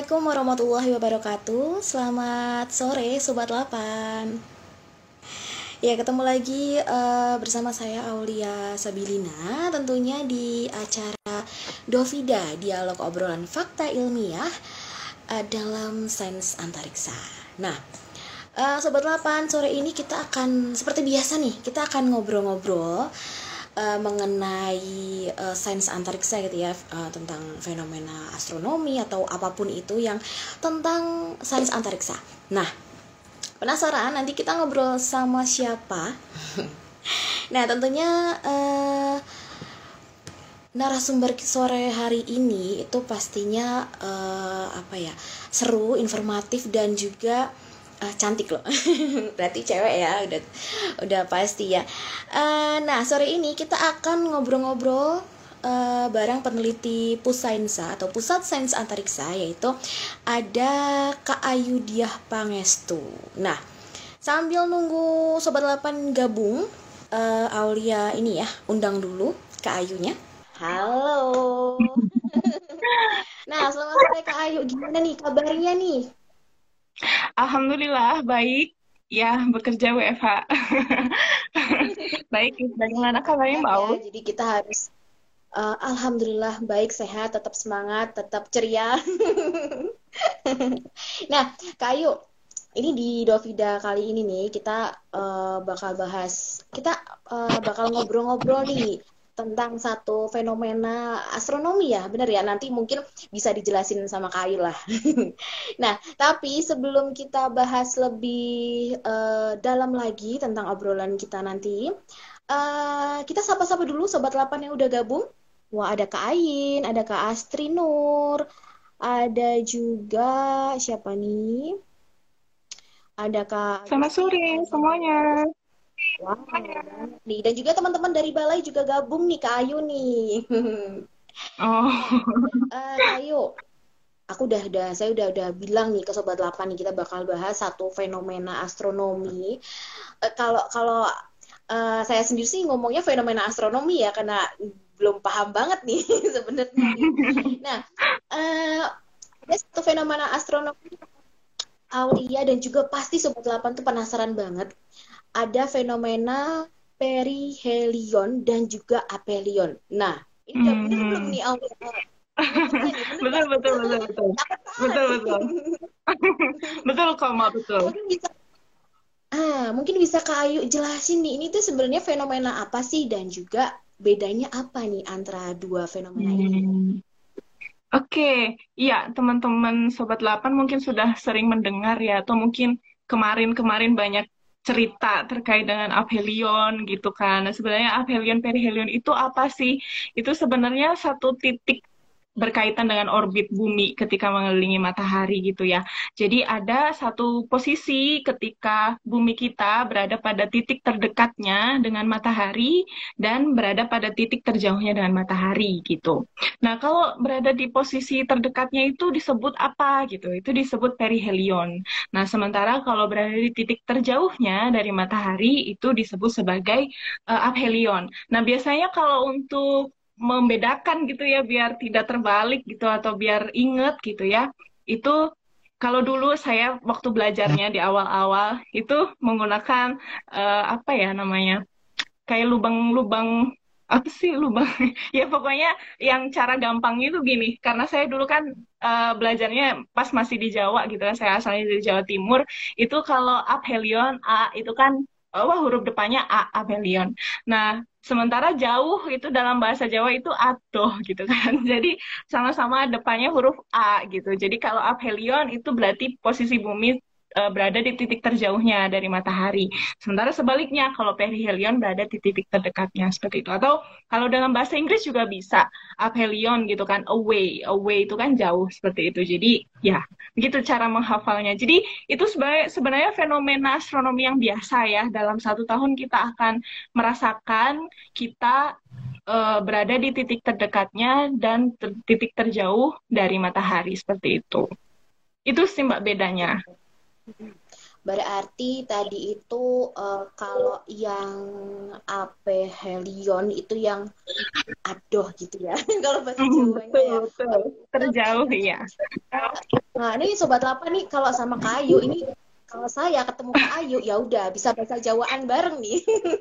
Assalamualaikum warahmatullahi wabarakatuh. Selamat sore Sobat 8. Ya, ketemu lagi bersama saya Aulia Sabilina, tentunya di acara Dovida, dialog obrolan fakta ilmiah dalam sains antariksa. Nah, Sobat 8, sore ini kita akan seperti biasa nih, kita akan ngobrol-ngobrol mengenai sains antariksa gitu ya, tentang fenomena astronomi atau apapun itu yang tentang sains antariksa. Nah, penasaran nanti kita ngobrol sama siapa? Nah, tentunya narasumber sore hari ini itu pastinya seru, informatif dan juga cantik loh. Berarti cewek ya, udah pasti ya. Nah, sore ini kita akan ngobrol-ngobrol bareng peneliti Pusainsa atau Pusat Sains Antariksa, yaitu ada Kak Ayu Diah Pangestu. Nah, sambil nunggu Sobat 8 gabung, Aulia ini ya, undang dulu Kak Ayunya. Halo. Nah, selamat sore Kak Ayu. Gimana nih kabarnya nih? Alhamdulillah baik, ya bekerja WFH. Baik, bagaimana kabarnya Sehat Mbak ya, Aul? jadi kita harus alhamdulillah baik, sehat, tetap semangat, tetap ceria. Nah, Kak Ayu, ini di Dovida kali ini nih kita bakal ngobrol-ngobrol nih tentang satu fenomena astronomi ya, bener ya? Nanti mungkin bisa dijelasin sama Kak Ayu lah. Nah, tapi sebelum kita bahas lebih dalam lagi tentang obrolan kita nanti, kita sapa-sapa dulu Sobat 8 yang udah gabung. Wah, ada Kak Ain, ada Kak Astri Nur, ada juga siapa nih? Ada Kak Selamat Agustin, sore semuanya. wah, banyak nih. Dan juga teman-teman dari Balai juga gabung nih, Kak Ayu nih. Nah, Oh, Kak Ayu, saya udah bilang nih ke Sobat 8 nih, kita bakal bahas satu fenomena astronomi. Kalau kalau saya sendiri sih ngomongnya fenomena astronomi ya, karena belum paham banget nih sebenarnya nih. Nah, eh, ada satu fenomena astronomi Aulia dan juga pasti Sobat 8 tuh penasaran banget. Ada fenomena perihelion dan juga aphelion. Nah, ini udah bener belum hmm. nih Aulia? Ingat-ingat nih, bener Betul gak? betul betul betul Takut banget. betul betul betul kok Mbak, betul. Mungkin bisa mungkin bisa Kak Ayu jelasin nih, ini tuh sebenarnya fenomena apa sih dan juga bedanya apa nih antara dua fenomena ini? Hmm. Oke, iya teman-teman Sobat 8 mungkin sudah sering mendengar ya, atau mungkin kemarin-kemarin banyak cerita terkait dengan aphelion gitu kan. Nah, sebenarnya aphelion perihelion itu apa sih? Itu sebenarnya satu titik berkaitan dengan orbit bumi ketika mengelilingi matahari gitu ya. Jadi ada satu posisi ketika bumi kita berada pada titik terdekatnya dengan matahari dan berada pada titik terjauhnya dengan matahari gitu. Nah, kalau berada di posisi terdekatnya itu disebut apa gitu? Itu disebut perihelion. Nah, sementara kalau berada di titik terjauhnya dari matahari itu disebut sebagai aphelion. Nah, biasanya kalau untuk membedakan gitu ya biar tidak terbalik gitu atau biar inget gitu ya. Itu kalau dulu saya waktu belajarnya di awal-awal itu menggunakan apa ya namanya? Kayak lubang-lubang apa sih lubang ya pokoknya yang cara gampangnya itu gini karena saya dulu kan belajarnya pas masih di Jawa gitu kan saya asalnya dari Jawa Timur itu kalau aphelion A itu kan wah huruf depannya A aphelion nah sementara jauh itu dalam bahasa Jawa itu atoh gitu kan jadi sama-sama depannya huruf A gitu jadi kalau aphelion itu berarti posisi bumi berada di titik terjauhnya dari matahari. Sementara sebaliknya, kalau perihelion berada di titik terdekatnya seperti itu. Atau kalau dalam bahasa Inggris juga bisa aphelion gitu kan, away, away itu kan jauh seperti itu. Jadi ya begitu cara menghafalnya. Jadi itu sebenarnya fenomena astronomi yang biasa ya. Dalam satu tahun kita akan merasakan kita berada di titik terdekatnya dan titik terjauh dari matahari seperti itu. Itu sih Mbak bedanya. Berarti tadi itu kalau yang aphelion itu yang adoh gitu ya. Kalau bahasa Jawanya Betul, ya. betul. Terjauh ya. Nah, ini Sobat Lapan nih kalau sama Kak Ayu ini kalau saya ketemu Kak Ayu ya udah bisa bahasa Jawaan bareng nih.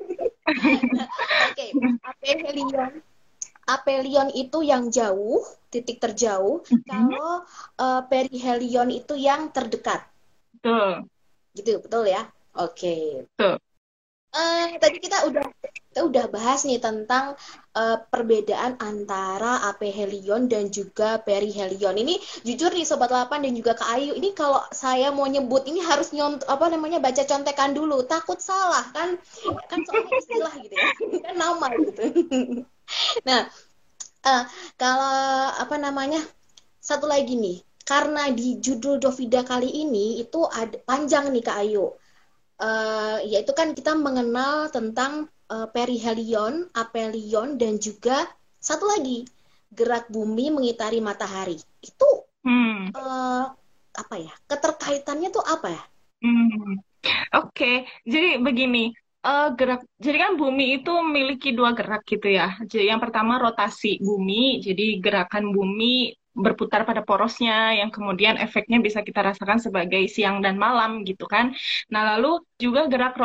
Oke, aphelion. Aphelion itu yang jauh, titik terjauh. Mhm. Kalau perihelion itu yang terdekat. Betul, Gitu, betul ya? Oke. betul. Tadi kita udah bahas nih tentang perbedaan antara aphelion dan juga perihelion. Ini jujur nih Sobat Lapan dan juga Kak Ayu, ini kalau saya mau nyebut ini harus apa namanya baca contekan dulu, takut salah kan soalnya istilah gitu ya, kan nama gitu. Nah, kalau apa namanya satu lagi nih, karena di judul Dovida kali ini itu ada panjang nih Kak Ayu. Yaitu kan kita mengenal tentang perihelion, aphelion, dan juga satu lagi gerak bumi mengitari matahari. Itu Hmm. apa ya? Keterkaitannya tuh apa ya? Hmm. Oke, jadi begini, jadi kan bumi itu memiliki dua gerak gitu ya. Jadi yang pertama rotasi bumi, jadi gerakan bumi berputar pada porosnya, yang kemudian efeknya bisa kita rasakan sebagai siang dan malam gitu kan. Nah lalu juga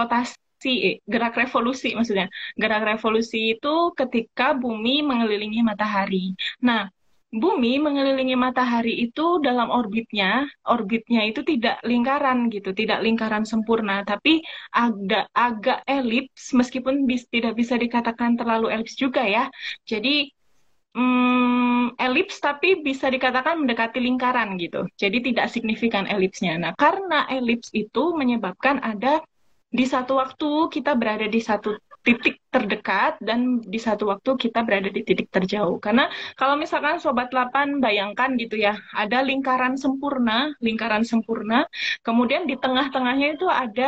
gerak revolusi maksudnya. Gerak revolusi itu ketika bumi mengelilingi matahari. Nah, Bumi mengelilingi matahari itu dalam orbitnya itu tidak lingkaran gitu, tidak lingkaran sempurna, tapi agak elips, meskipun tidak bisa dikatakan terlalu elips juga ya. Jadi elips tapi bisa dikatakan mendekati lingkaran gitu. Jadi tidak signifikan elipsnya. Nah, karena elips itu menyebabkan ada di satu waktu kita berada di satu titik terdekat dan di satu waktu kita berada di titik terjauh. Karena kalau misalkan Sobat 8 bayangkan gitu ya, ada lingkaran sempurna, kemudian di tengah-tengahnya itu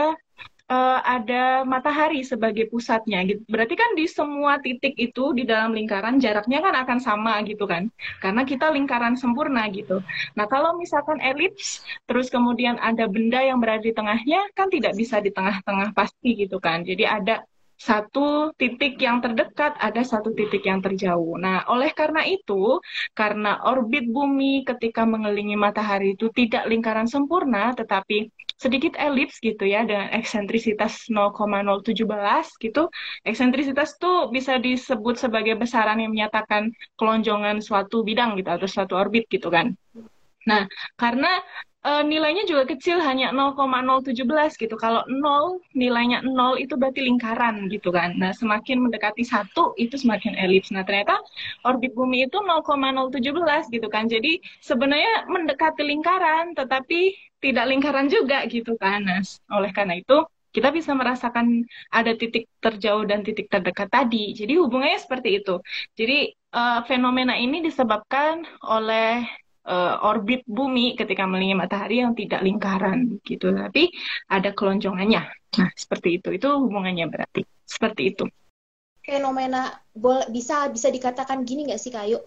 ada matahari sebagai pusatnya gitu. Berarti kan di semua titik itu di dalam lingkaran jaraknya kan akan sama gitu kan. Karena kita lingkaran sempurna gitu. Nah, kalau misalkan elips terus kemudian ada benda yang berada di tengahnya kan tidak bisa di tengah-tengah pasti gitu kan. Jadi ada satu titik yang terdekat, ada satu titik yang terjauh. Nah, oleh karena itu, karena orbit bumi ketika mengelilingi matahari itu tidak lingkaran sempurna, tetapi sedikit elips gitu ya dengan eksentrisitas 0,017 gitu. Eksentrisitas tuh bisa disebut sebagai besaran yang menyatakan kelonjongan suatu bidang gitu atau suatu orbit gitu kan. Nah, karena nilainya juga kecil hanya 0,017 gitu. Kalau 0 nilainya 0 itu berarti lingkaran gitu kan. Nah, semakin mendekati satu itu semakin elips. Nah, ternyata orbit bumi itu 0,017 gitu kan. Jadi sebenarnya mendekati lingkaran tetapi tidak lingkaran juga gitu kan. Nah, oleh karena itu kita bisa merasakan ada titik terjauh dan titik terdekat tadi. Jadi hubungannya seperti itu. Jadi fenomena ini disebabkan oleh orbit bumi ketika mengelilingi matahari yang tidak lingkaran gitu, tapi ada kelonjongannya. Nah, seperti itu. Itu hubungannya berarti. Seperti itu. Fenomena bisa bisa dikatakan gini nggak sih Kayu?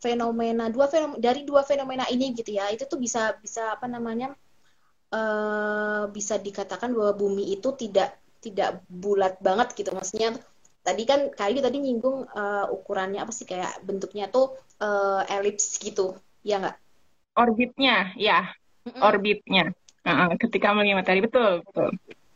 Dari dua fenomena ini gitu ya, itu tuh bisa bisa apa namanya? Bisa dikatakan bahwa bumi itu tidak bulat banget gitu. Maksudnya tadi kan Kayu tadi nyinggung ukurannya apa sih kayak bentuknya tuh elips gitu. Ya nggak? Orbitnya, ya, Mm-mm. orbitnya. Ketika mengelilingi matahari, betul, betul.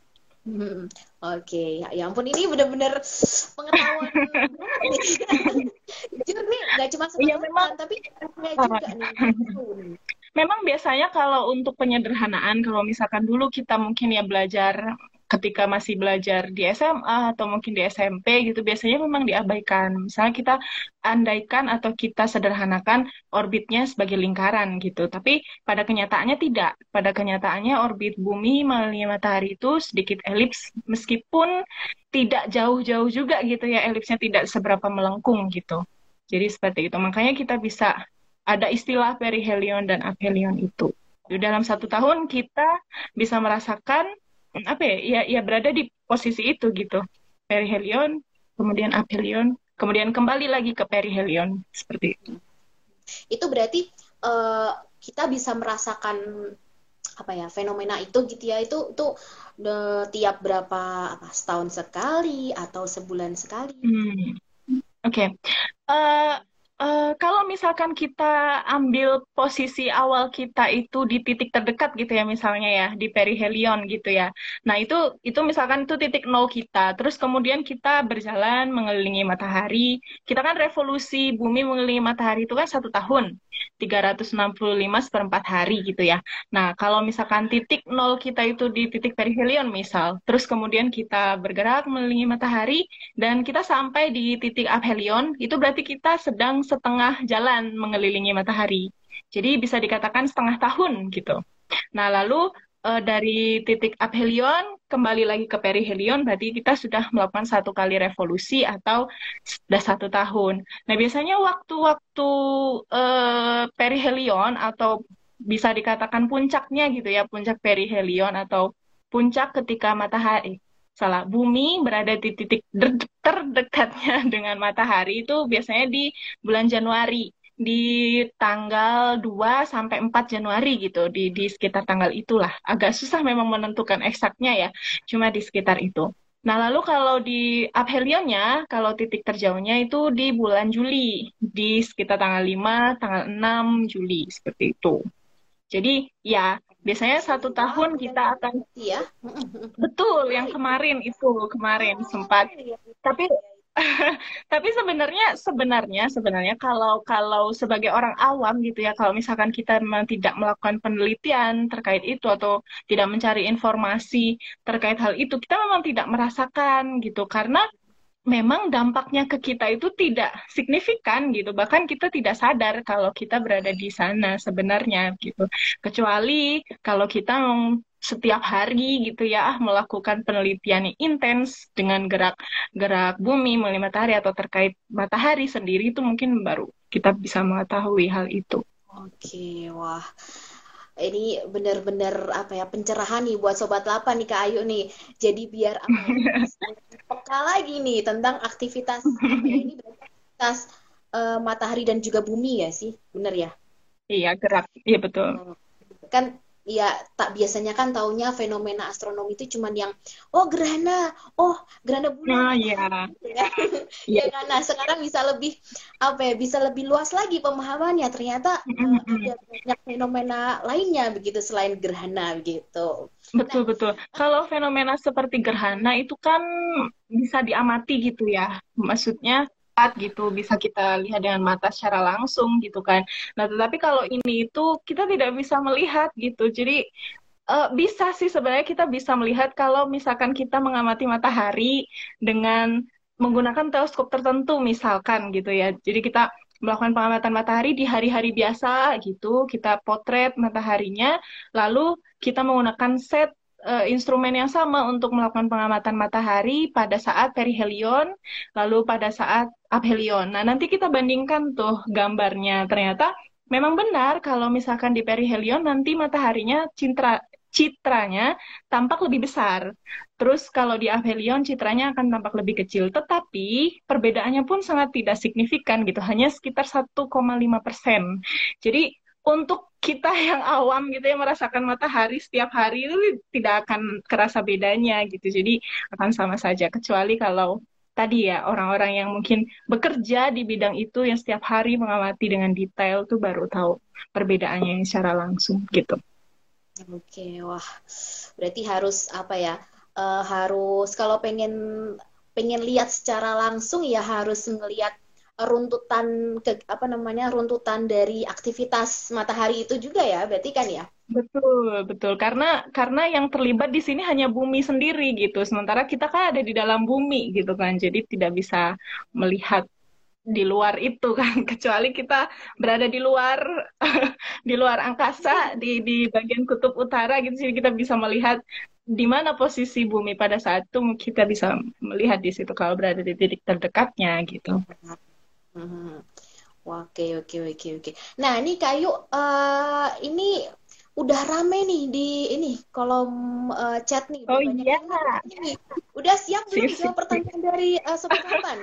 Oke, ya ampun ini benar-benar pengetahuan banget nih. Jujur nih, nggak cuma Iya, memang sepengetahuan, tapi saya juga nih baru tahu nih. Memang biasanya kalau untuk penyederhanaan, kalau misalkan dulu kita mungkin ya belajar ketika masih belajar di SMA atau mungkin di SMP gitu, biasanya memang diabaikan. Misalnya kita andaikan atau kita sederhanakan orbitnya sebagai lingkaran gitu. Tapi pada kenyataannya tidak. Pada kenyataannya orbit bumi mengelilingi matahari itu sedikit elips, meskipun tidak jauh-jauh juga gitu ya, elipsnya tidak seberapa melengkung gitu. Jadi seperti itu. Makanya kita bisa ada istilah perihelion dan aphelion itu. Jadi dalam satu tahun kita bisa merasakan apa ya, ya berada di posisi itu gitu. Perihelion, kemudian aphelion, kemudian kembali lagi ke perihelion seperti itu. Itu berarti kita bisa merasakan apa ya, fenomena itu gitu ya, itu tiap berapa, apa, setahun sekali atau sebulan sekali? Hmm, oke. Eh, Kalau misalkan kita ambil posisi awal kita itu di titik terdekat gitu ya, misalnya ya di perihelion gitu ya. Nah itu misalkan itu titik nol kita. Terus kemudian kita berjalan mengelilingi matahari. Kita kan revolusi bumi mengelilingi matahari itu kan 1 tahun, 365 /4 hari gitu ya. Nah kalau misalkan titik nol kita itu di titik perihelion misal, terus kemudian kita bergerak mengelilingi matahari dan kita sampai di titik aphelion, itu berarti kita sedang setengah jalan mengelilingi matahari. Jadi bisa dikatakan setengah tahun gitu. Nah, lalu dari titik aphelion kembali lagi ke perihelion, berarti kita sudah melakukan 1 kali revolusi atau sudah 1 tahun. Nah, biasanya waktu-waktu perihelion atau bisa dikatakan puncaknya gitu ya, puncak perihelion atau puncak ketika matahari, salah, bumi berada di titik terdekatnya dengan matahari itu biasanya di bulan Januari, di tanggal 2 sampai 4 Januari gitu, di sekitar tanggal itulah. Agak susah memang menentukan eksaknya ya, cuma di sekitar itu. Nah, lalu kalau di aphelionnya, kalau titik terjauhnya itu di bulan Juli, di sekitar tanggal 5, tanggal 6 Juli, seperti itu. Jadi ya, biasanya satu Wah, tahun bulan kita Juli akan, berarti ya. betul, yang Menarik. kemarin itu, kemarin sempat. Oh, iya, iya, Tapi iya. tapi sebenarnya kalau kalau sebagai orang awam gitu ya, kalau misalkan kita memang tidak melakukan penelitian terkait itu atau tidak mencari informasi terkait hal itu, kita memang tidak merasakan gitu karena memang dampaknya ke kita itu tidak signifikan gitu. Bahkan kita tidak sadar kalau kita berada di sana sebenarnya gitu. Kecuali kalau kita setiap hari gitu ya melakukan penelitian yang intens dengan gerak-gerak bumi mengelilingi matahari atau terkait matahari sendiri itu mungkin baru kita bisa mengetahui hal itu. Oke, wah. Ini benar-benar apa ya, pencerahan nih buat Sobat 8 nih Kak Ayu nih. Jadi biar apa ya, lebih peka lagi nih tentang aktivitas apa ya, ini berarti aktivitas matahari dan juga bumi ya sih, bener ya? Iya, gerak. Iya, betul. Oh, kan ya, tak biasanya kan taunya fenomena astronomi itu cuman yang oh gerhana, oh gerhana bulan, Nah, iya. matahari gitu ya. Iya. Ya kan, nah sekarang bisa lebih apa ya, bisa lebih luas lagi pemahamannya, ternyata ada banyak fenomena lainnya begitu selain gerhana gitu. Nah, Betul, betul. Kalau fenomena seperti gerhana itu kan bisa diamati gitu ya. Maksudnya lihat gitu, bisa kita lihat dengan mata secara langsung gitu kan. Nah, tetapi kalau ini itu kita tidak bisa melihat gitu. Jadi bisa sih sebenarnya kita bisa melihat kalau misalkan kita mengamati matahari dengan menggunakan teleskop tertentu misalkan gitu ya. Jadi kita melakukan pengamatan matahari di hari-hari biasa gitu, kita potret mataharinya, lalu kita menggunakan set instrumen yang sama untuk melakukan pengamatan matahari pada saat perihelion, lalu pada saat aphelion. Nah, nanti kita bandingkan tuh gambarnya. Ternyata memang benar kalau misalkan di perihelion nanti mataharinya citranya tampak lebih besar. Terus kalau di aphelion citranya akan tampak lebih kecil. Tetapi perbedaannya pun sangat tidak signifikan gitu, hanya sekitar 1,5%. Jadi untuk kita yang awam gitu ya merasakan matahari setiap hari itu tidak akan kerasa bedanya gitu. Jadi akan sama saja kecuali kalau tadi ya orang-orang yang mungkin bekerja di bidang itu yang setiap hari mengamati dengan detail tuh baru tahu perbedaannya secara langsung gitu. oke, wah, berarti harus apa ya? Harus kalau pengen pengen lihat secara langsung ya harus ngelihat runtutan ke apa namanya, runtutan dari aktivitas matahari itu juga ya, berarti kan ya? Betul, betul. Karena yang terlibat di sini hanya bumi sendiri gitu. Sementara kita kan ada di dalam bumi gitu kan. Jadi tidak bisa melihat di luar itu kan kecuali kita berada di luar di luar angkasa di bagian kutub utara gitu jadi kita bisa melihat di mana posisi bumi pada saat itu kita bisa melihat di situ kalau berada di titik terdekatnya gitu. Hmm. Oke, oke, oke, oke. Nah, ini Kayu, ini udah rame nih di ini kolom chat nih, udah Oh banyak iya, yang nanya nih. Udah siap belum sip sip jawab sip. pertanyaan dari Sobat 8?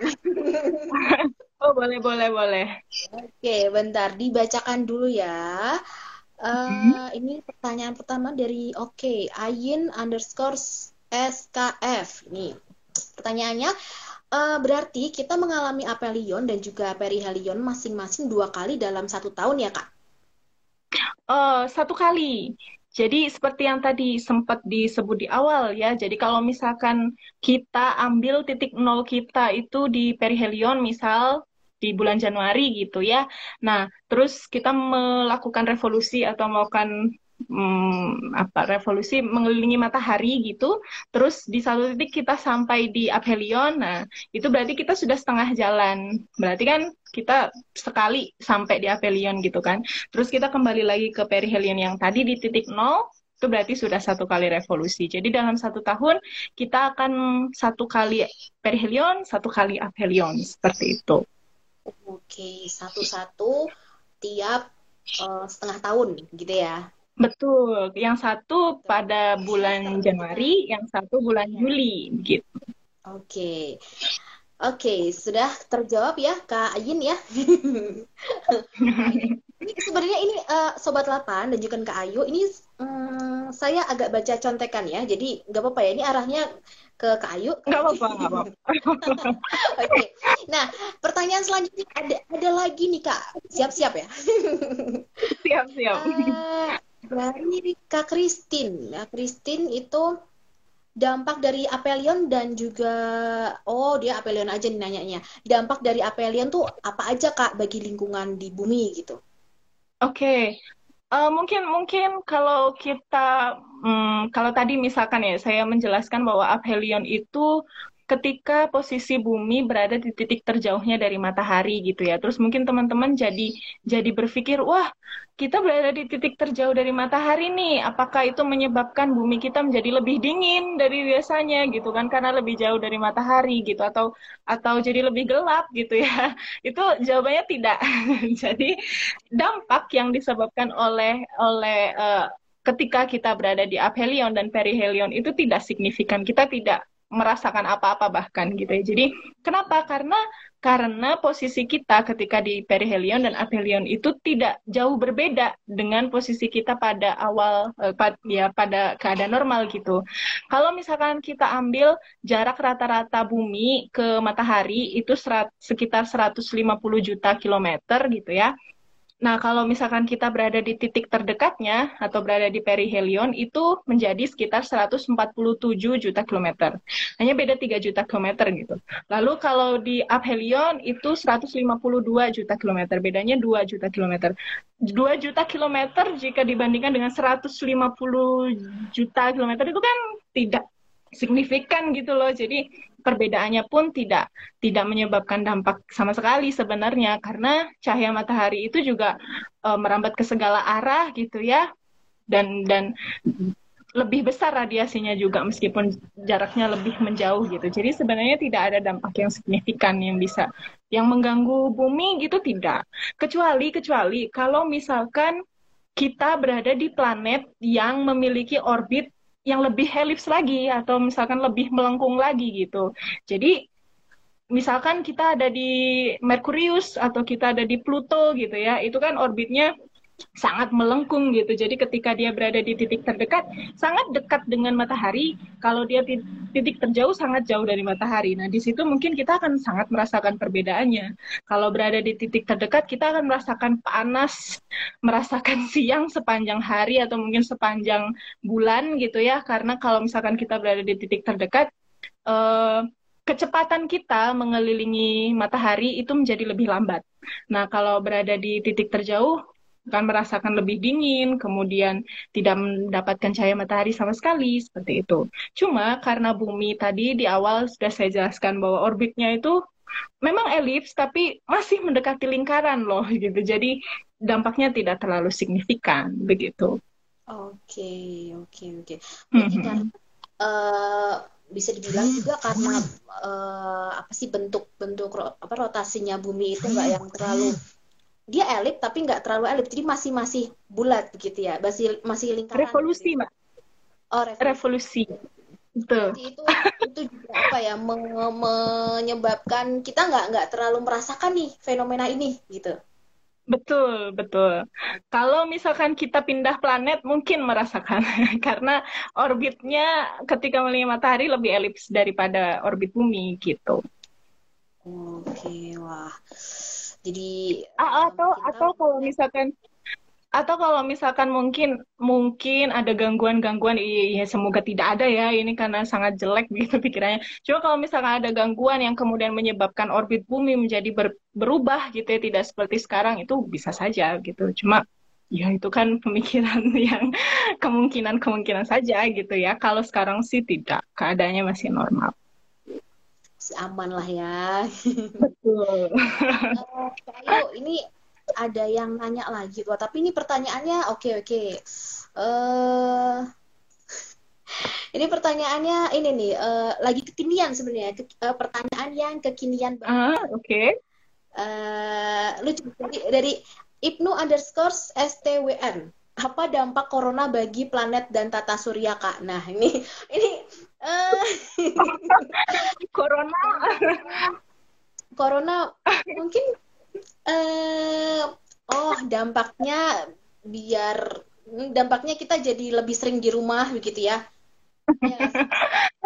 Oh boleh boleh boleh. Oke, bentar dibacakan dulu ya. Ini pertanyaan pertama dari Ayin underscore SKF. Ini pertanyaannya, berarti kita mengalami aphelion dan juga perihelion masing-masing 2 kali dalam 1 tahun ya, Kak? Satu kali. Jadi seperti yang tadi sempat disebut di awal ya. Jadi kalau misalkan kita ambil titik nol kita itu di perihelion misal di bulan Januari gitu ya. Nah, terus kita melakukan revolusi atau melakukan revolusi mengelilingi matahari gitu. Terus di satu titik kita sampai di aphelion. Nah, itu berarti kita sudah setengah jalan. Berarti kan kita sekali sampai di aphelion gitu kan. Terus kita kembali lagi ke perihelion yang tadi di titik nol, itu berarti sudah satu kali revolusi. Jadi dalam 1 tahun kita akan satu kali perihelion, satu kali aphelion, seperti itu. Oke, satu-satu tiap setengah tahun gitu ya. Betul, yang satu pada bulan Januari, yang satu bulan Juli, gitu. Oke. Oke, sudah terjawab ya Kak Ayin ya. Ini sebenarnya ini Sobat 8 dan juga Kak Ayu, ini saya agak baca contekan ya. Jadi nggak apa-apa ya, ini arahnya ke Kak Ayu. Nggak apa-apa, nggak apa-apa. Oke. Nah, pertanyaan selanjutnya ada lagi nih Kak. Siap-siap ya. Siap-siap. Dari Kak Christine. Nah, Christine itu dampak dari aphelion dan juga dia aphelion aja nih nanyanya. Dampak dari aphelion tuh apa aja Kak bagi lingkungan di bumi gitu? Oke. Mungkin kalau kita kalau tadi misalkan ya saya menjelaskan bahwa aphelion itu ketika posisi bumi berada di titik terjauhnya dari matahari gitu ya. Terus mungkin teman-teman jadi berpikir, wah, kita berada di titik terjauh dari matahari nih. Apakah itu menyebabkan bumi kita menjadi lebih dingin dari biasanya gitu kan karena lebih jauh dari matahari gitu atau jadi lebih gelap gitu ya. Itu jawabannya tidak. Jadi dampak yang disebabkan oleh ketika kita berada di aphelion dan perihelion itu tidak signifikan. Kita tidak merasakan apa-apa bahkan gitu ya. Jadi kenapa? Karena posisi kita ketika di perihelion dan aphelion itu tidak jauh berbeda dengan posisi kita pada pada keadaan normal gitu. Kalau misalkan kita ambil jarak rata-rata bumi ke matahari itu sekitar 150 juta kilometer gitu ya. Nah, kalau misalkan kita berada di titik terdekatnya atau berada di perihelion itu menjadi sekitar 147 juta kilometer. Hanya beda 3 juta kilometer gitu. Lalu kalau di aphelion itu 152 juta kilometer, bedanya 2 juta kilometer. 2 juta kilometer jika dibandingkan dengan 150 juta kilometer itu kan tidak signifikan gitu loh. Jadi perbedaannya pun tidak menyebabkan dampak sama sekali sebenarnya karena cahaya matahari itu juga merambat ke segala arah gitu ya dan lebih besar radiasinya juga meskipun jaraknya lebih menjauh gitu. Jadi sebenarnya tidak ada dampak yang signifikan yang mengganggu bumi gitu tidak. Kecuali kalau misalkan kita berada di planet yang memiliki orbit yang lebih helips lagi atau misalkan lebih melengkung lagi gitu. Jadi misalkan kita ada di Merkurius atau kita ada di Pluto gitu ya, itu kan orbitnya sangat melengkung gitu. Jadi ketika dia berada di titik terdekat, sangat dekat dengan matahari. Kalau dia titik terjauh, sangat jauh dari matahari. Nah, di situ mungkin kita akan sangat merasakan perbedaannya. Kalau berada di titik terdekat, kita akan merasakan panas, merasakan siang sepanjang hari atau mungkin sepanjang bulan gitu ya. Karena kalau misalkan kita berada di titik terdekat, kecepatan kita mengelilingi matahari itu menjadi lebih lambat. Nah, kalau berada di titik terjauh, akan merasakan lebih dingin, kemudian tidak mendapatkan cahaya matahari sama sekali, seperti itu. Cuma karena bumi tadi di awal sudah saya jelaskan bahwa orbitnya itu memang elips, tapi masih mendekati lingkaran loh, gitu. Jadi dampaknya tidak terlalu signifikan, begitu. Oke, oke, oke. Berarti kan bisa dibilang juga karena apa sih bentuk rotasinya bumi itu nggak yang terlalu dia elip tapi nggak terlalu elip jadi masih bulat begitu ya masih lingkaran Revolusi gitu. Mbak. Oh Revolusi betul. Jadi itu juga apa ya menyebabkan kita nggak terlalu merasakan nih fenomena ini gitu. Betul, betul. Kalau misalkan kita pindah planet, mungkin merasakan. Karena orbitnya ketika melihat matahari lebih elips daripada orbit bumi, gitu. Oke, wah. Jadi Atau makin tahu atau kalau ya. misalkan mungkin mungkin ada gangguan-gangguan, iya semoga tidak ada ya, ini karena sangat jelek gitu pikirannya. Cuma kalau misalkan ada gangguan yang kemudian menyebabkan orbit bumi menjadi berubah gitu ya, tidak seperti sekarang, itu bisa saja gitu. Cuma ya itu kan pemikiran yang kemungkinan-kemungkinan saja gitu ya. Kalau sekarang sih tidak, keadaannya masih normal. Masih aman lah ya. Betul. Kak Ayu, ini ada yang nanya lagi. Wah, tapi ini pertanyaannya oke oke. Ini pertanyaannya ini nih, lagi kekinian sebenarnya. Pertanyaan yang kekinian banget. Oke. Lucu dari Ibnu underscore STWN. Apa dampak corona bagi planet dan tata surya, Kak? Nah, ini eh Corona. corona mungkin eh dampaknya biar dampaknya kita jadi lebih sering di rumah begitu ya. Ya nggak sih?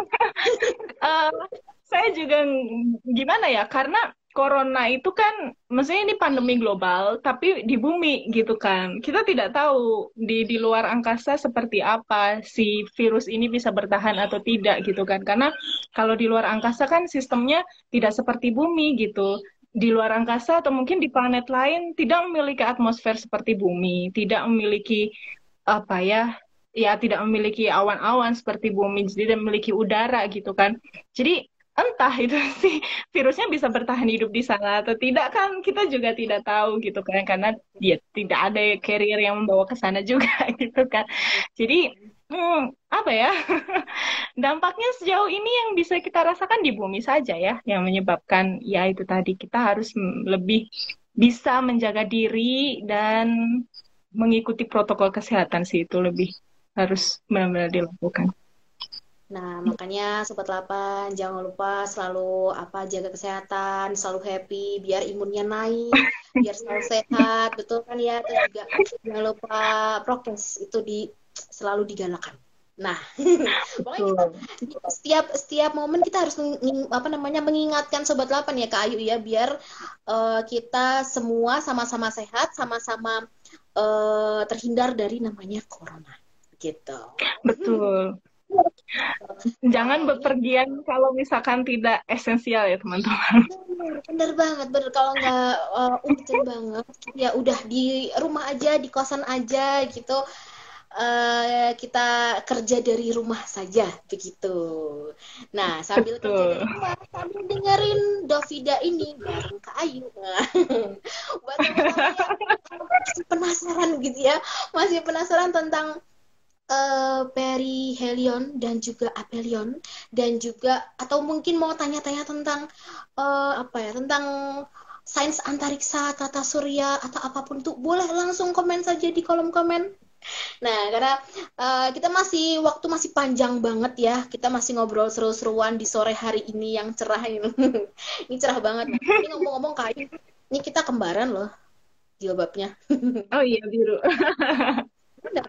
Eh, saya juga gimana ya, karena corona itu kan, maksudnya ini pandemi global, tapi di bumi gitu kan. Kita tidak tahu di luar angkasa seperti apa si virus ini bisa bertahan atau tidak gitu kan. Karena kalau di luar angkasa kan sistemnya tidak seperti bumi gitu. Di luar angkasa atau mungkin di planet lain tidak memiliki atmosfer seperti bumi, tidak memiliki apa ya, ya tidak memiliki awan-awan seperti bumi, jadi tidak memiliki udara gitu kan. Jadi entah itu sih virusnya bisa bertahan hidup di sana atau tidak kan kita juga tidak tahu gitu kan, karena dia tidak ada carrier yang membawa ke sana juga gitu kan. Jadi apa ya, dampaknya sejauh ini yang bisa kita rasakan di bumi saja ya, yang menyebabkan ya itu tadi kita harus lebih bisa menjaga diri dan mengikuti protokol kesehatan sih, itu lebih harus benar-benar dilakukan. Nah, makanya Sobat 8 jangan lupa selalu jaga kesehatan, selalu happy biar imunnya naik, biar selalu sehat, betul kan ya? Terus juga jangan lupa prokes itu selalu digalakan. Nah, pokoknya kita Betul. setiap setiap momen kita harus mengingatkan Sobat 8 ya Kak Ayu ya biar kita semua sama-sama sehat, sama-sama terhindar dari namanya corona gitu. Betul. Jangan Wow, ini bepergian kalau misalkan tidak esensial ya teman-teman. bener banget, bener. Kalau nggak urgent banget, ya udah di rumah aja, di kosan aja gitu. Kita kerja dari rumah saja, begitu. Nah, sambil kerja dari Betul. rumah, sambil dengerin Dovida ini bareng Kak Ayu. Nah, buat teman-teman yang masih penasaran gitu ya, masih penasaran tentang perihelion dan juga aphelion dan juga atau mungkin mau tanya-tanya tentang tentang sains antariksa, tata surya atau apapun itu boleh langsung komen saja di kolom komen. Nah, karena waktu masih panjang banget ya. Kita masih ngobrol seru-seruan di sore hari ini yang cerah ini. Ini cerah banget. Ini ngomong-ngomong kayak ini kita kembaran loh jilbabnya. Oh iya, biru. Bener.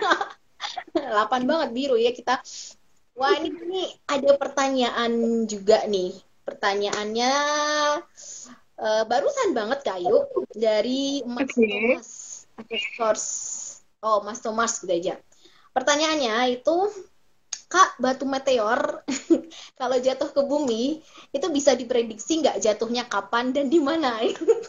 8 banget biru ya kita. Wah, ini ada pertanyaan juga nih. Pertanyaannya barusan banget Kayu dari Mas Oke. Thomas. Source. Oh, Mas Thomas gitu aja. Pertanyaannya itu, Kak, batu meteor kalau jatuh ke bumi itu bisa diprediksi nggak jatuhnya kapan dan di mana?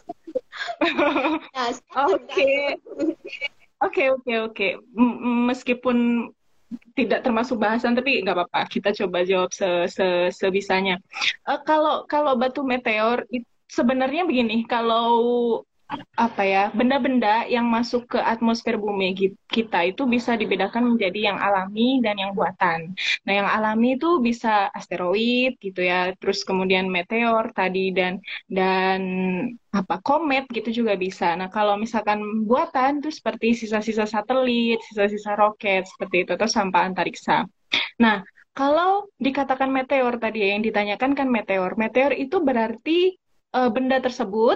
Nah, silakan Oke. Kayu. Oke, oke, oke. Meskipun tidak termasuk bahasan, tapi nggak apa-apa. Kita coba jawab sebisanya. Kalau kalau batu meteor, sebenarnya begini, kalau apa ya, benda-benda yang masuk ke atmosfer bumi kita itu bisa dibedakan menjadi yang alami dan yang buatan. Nah, yang alami itu bisa asteroid gitu ya, terus kemudian meteor tadi, dan apa komet gitu juga bisa. Nah, kalau misalkan buatan itu seperti sisa-sisa satelit, sisa-sisa roket seperti itu, atau sampah antariksa. Nah, kalau dikatakan meteor tadi ya, yang ditanyakan kan meteor. Meteor itu berarti benda tersebut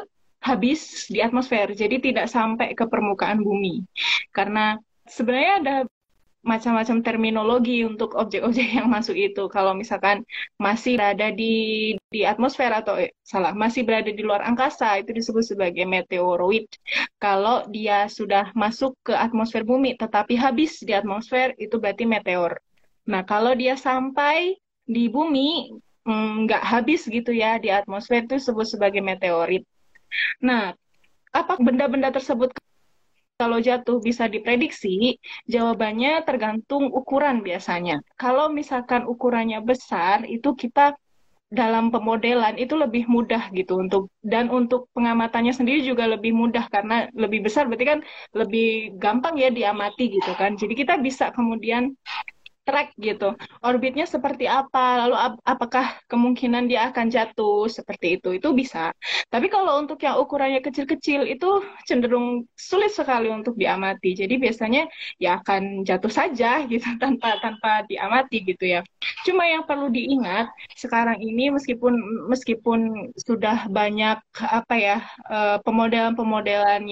habis di atmosfer, jadi tidak sampai ke permukaan bumi. Karena sebenarnya ada macam-macam terminologi untuk objek-objek yang masuk itu. Kalau misalkan masih berada di atmosfer atau salah, masih berada di luar angkasa, itu disebut sebagai meteoroid. Kalau dia sudah masuk ke atmosfer bumi tetapi habis di atmosfer, itu berarti meteor. Nah, kalau dia sampai di bumi nggak habis gitu ya di atmosfer, itu disebut sebagai meteorit. Nah, apa benda-benda tersebut kalau jatuh bisa diprediksi? Jawabannya tergantung ukuran biasanya. Kalau misalkan ukurannya besar, itu kita dalam pemodelan itu lebih mudah gitu untuk pengamatannya sendiri juga lebih mudah karena lebih besar berarti kan lebih gampang ya diamati gitu kan. Jadi kita bisa kemudian track gitu. Orbitnya seperti apa, lalu apakah kemungkinan dia akan jatuh seperti itu bisa. Tapi kalau untuk yang ukurannya kecil-kecil itu cenderung sulit sekali untuk diamati. Jadi biasanya ya akan jatuh saja gitu tanpa tanpa diamati gitu ya. Cuma yang perlu diingat sekarang ini meskipun sudah banyak apa ya pemodelan-pemodelan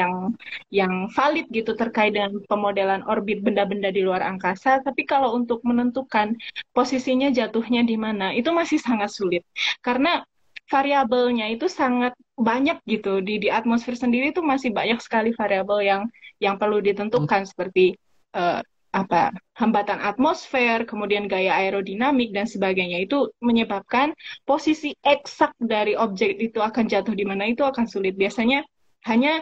yang valid gitu terkait dengan pemodelan orbit benda-benda di luar angkasa, tapi kalau untuk menentukan posisinya jatuhnya di mana, itu masih sangat sulit. Karena variabelnya itu sangat banyak gitu. Di atmosfer sendiri itu masih banyak sekali variabel yang perlu ditentukan seperti uh, apa hambatan atmosfer, kemudian gaya aerodinamik dan sebagainya itu menyebabkan posisi eksak dari objek itu akan jatuh di mana itu akan sulit. Biasanya hanya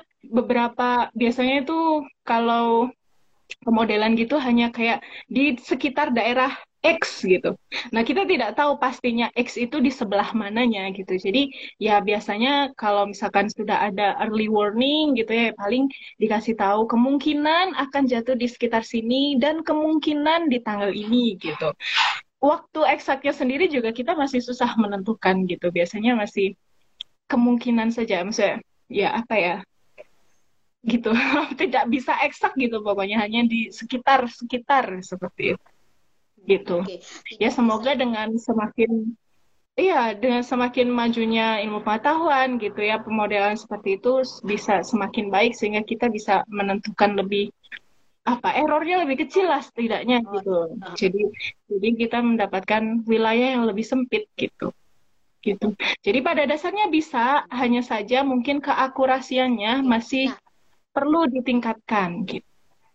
biasanya itu kalau pemodelan gitu hanya kayak di sekitar daerah X gitu. Nah, kita tidak tahu pastinya X itu di sebelah mananya gitu. Jadi, ya biasanya kalau misalkan sudah ada early warning gitu ya, paling dikasih tahu kemungkinan akan jatuh di sekitar sini dan kemungkinan di tanggal ini gitu. Waktu eksaknya sendiri juga kita masih susah menentukan gitu. Biasanya masih kemungkinan saja. Maksudnya, ya apa ya, gitu. Tidak bisa eksak gitu pokoknya hanya di sekitar sekitar seperti itu gitu. Oke, Ya tidak bisa. semoga dengan semakin majunya ilmu pengetahuan gitu ya pemodelan seperti itu bisa semakin baik sehingga kita bisa menentukan lebih apa errornya lebih kecil lah setidaknya Oh, gitu. ah, Jadi kita mendapatkan wilayah yang lebih sempit gitu. Gitu. Jadi pada dasarnya bisa, hanya saja mungkin keakurasiannya oke. masih Nah, perlu ditingkatkan gitu.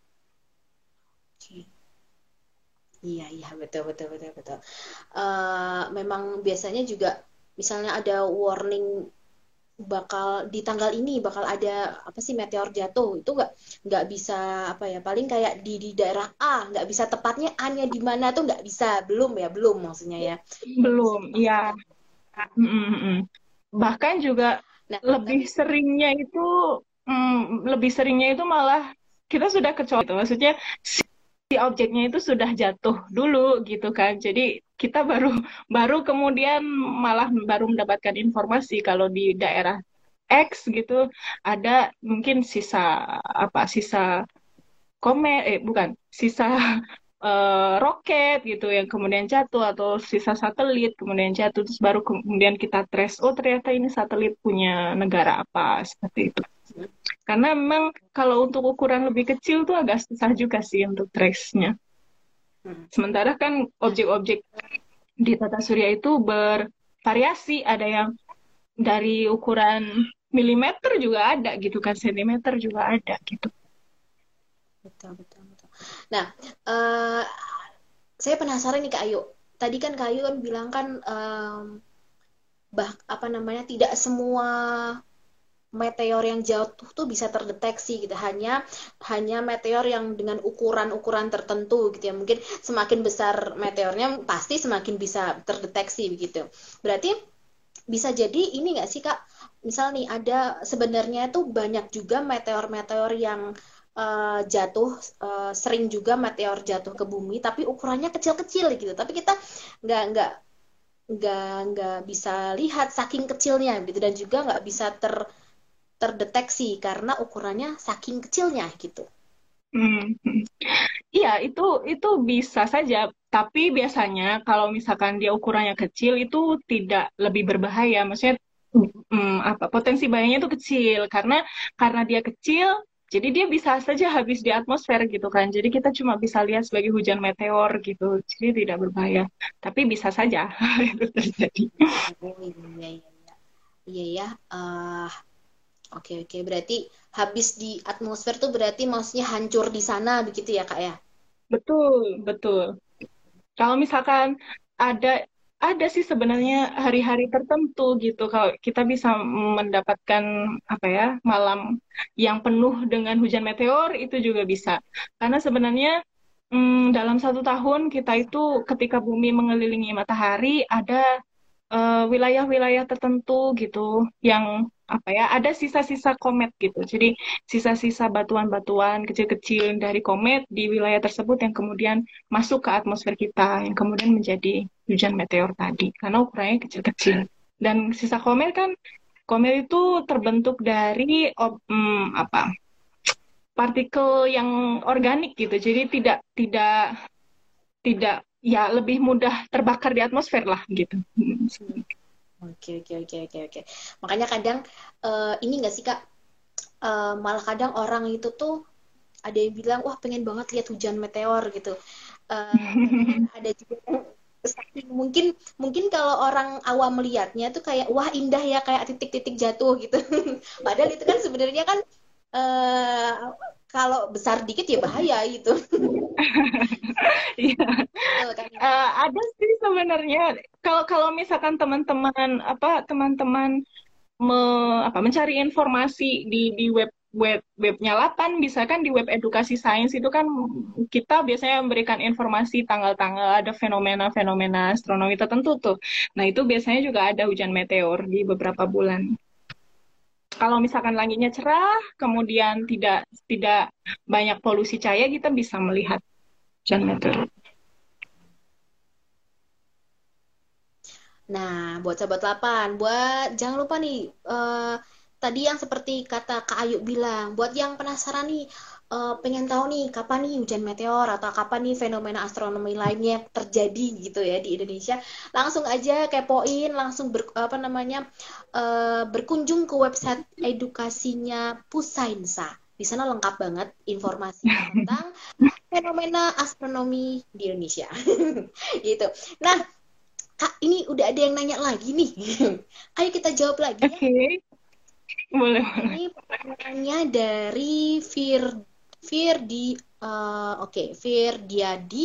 oke. Iya, iya, betul, betul, betul, betul. Memang biasanya juga, misalnya ada warning bakal di tanggal ini bakal ada apa sih meteor jatuh, itu nggak bisa apa ya, paling kayak di daerah A, nggak bisa tepatnya A-nya di mana tuh nggak bisa, belum ya, belum maksudnya ya, belum bisa Belum, ya. dipastikan. Bahkan juga Nah, lebih tapi seringnya itu, lebih seringnya itu malah kita sudah kecolongan. Gitu. Maksudnya si objeknya itu sudah jatuh dulu gitu kan. Jadi kita baru baru kemudian malah baru mendapatkan informasi kalau di daerah X gitu ada mungkin sisa bukan sisa roket gitu yang kemudian jatuh atau sisa satelit kemudian jatuh terus baru kemudian kita trace oh ternyata ini satelit punya negara apa seperti itu karena memang kalau untuk ukuran lebih kecil tuh agak susah juga sih untuk trace-nya hmm, sementara kan nah, objek-objek di tata surya itu bervariasi ada yang dari ukuran milimeter juga ada gitu kan sentimeter juga ada gitu. betul, betul, betul. Nah, eh, saya penasaran nih Kak Ayu. Tadi kan Kak Ayu kan bilang kan apa namanya, tidak semua meteor yang jatuh tuh bisa terdeteksi gitu, hanya hanya meteor yang dengan ukuran-ukuran tertentu gitu ya, mungkin semakin besar meteornya pasti semakin bisa terdeteksi begitu. Berarti bisa jadi ini nggak sih Kak, misal nih ada sebenarnya tuh banyak juga meteor-meteor yang jatuh, sering juga meteor jatuh ke bumi tapi ukurannya kecil-kecil gitu, tapi kita nggak nggak bisa lihat saking kecilnya gitu, dan juga nggak bisa terdeteksi karena ukurannya saking kecilnya gitu. Hmm. Iya, itu bisa saja. Tapi biasanya kalau misalkan dia ukurannya kecil itu tidak lebih berbahaya. Maksudnya potensi bahayanya itu kecil karena dia kecil, jadi dia bisa saja habis di atmosfer gitu kan. Jadi kita cuma bisa lihat sebagai hujan meteor gitu. Jadi tidak berbahaya, tapi bisa saja itu terjadi. Oh iya iya iya. Iya ya. Oke oke. Berarti habis di atmosfer tuh berarti maksudnya hancur di sana begitu ya Kak ya? Betul, betul. Kalau misalkan ada ada sih sebenarnya hari-hari tertentu gitu kalau kita bisa mendapatkan apa ya malam yang penuh dengan hujan meteor itu juga bisa. Karena sebenarnya dalam satu tahun kita itu ketika bumi mengelilingi matahari ada wilayah-wilayah tertentu gitu yang apa ya ada sisa-sisa komet gitu. Jadi sisa-sisa batuan-batuan kecil-kecil dari komet di wilayah tersebut yang kemudian masuk ke atmosfer kita yang kemudian menjadi hujan meteor tadi karena ukurannya kecil-kecil. Dan sisa komet kan komet itu terbentuk dari apa partikel yang organik gitu. Jadi tidak tidak tidak ya lebih mudah terbakar di atmosfer lah gitu. Hmm. Oke oke oke oke oke. Makanya kadang ini nggak sih Kak, malah kadang orang itu tuh ada yang bilang wah pengen banget lihat hujan meteor gitu. Kemudian ada juga yang mungkin mungkin kalau orang awam melihatnya tuh kayak wah indah ya kayak titik-titik jatuh gitu. Padahal itu kan sebenarnya kan eh, kalau besar dikit ya bahaya gitu. Iya. Tuh kan. Ada sih sebenarnya kalau kalau misalkan teman-teman mencari informasi di webnya Lapan bisa kan di web edukasi sains itu kan kita biasanya memberikan informasi tanggal-tanggal ada fenomena-fenomena astronomi tertentu tuh. Nah, itu biasanya juga ada hujan meteor di beberapa bulan. Kalau misalkan langitnya cerah, kemudian tidak tidak banyak polusi cahaya, kita bisa melihat hujan meteor. Nah, buat sahabat 8, buat jangan lupa nih, tadi yang seperti kata Kak Ayu bilang, buat yang penasaran nih, pengen tahu nih kapan nih hujan meteor atau kapan nih fenomena astronomi lainnya terjadi gitu ya di Indonesia, langsung aja kepoin, langsung apa namanya berkunjung ke website edukasinya Pusainsa. Di sana lengkap banget informasinya tentang fenomena astronomi di Indonesia. Gitu. Nah, Kak, ini udah ada yang nanya lagi nih. Ayo kita jawab lagi ya. Oke, boleh boleh. Ini pertanyaannya dari Firdi, oke, Firdiadi.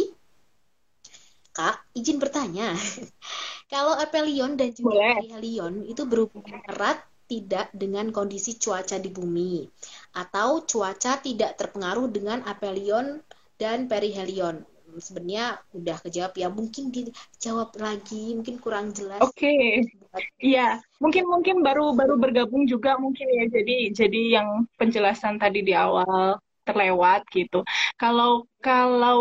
Kak, izin bertanya. Kalau aphelion dan juga Boleh. perihelion itu berhubungan erat tidak dengan kondisi cuaca di bumi atau cuaca tidak terpengaruh dengan aphelion dan perihelion? Sebenarnya udah kejawab ya. Mungkin dijawab lagi, mungkin kurang jelas. Oke, iya. Mungkin mungkin baru baru bergabung juga mungkin ya. Jadi yang penjelasan tadi di awal terlewat gitu. Kalau kalau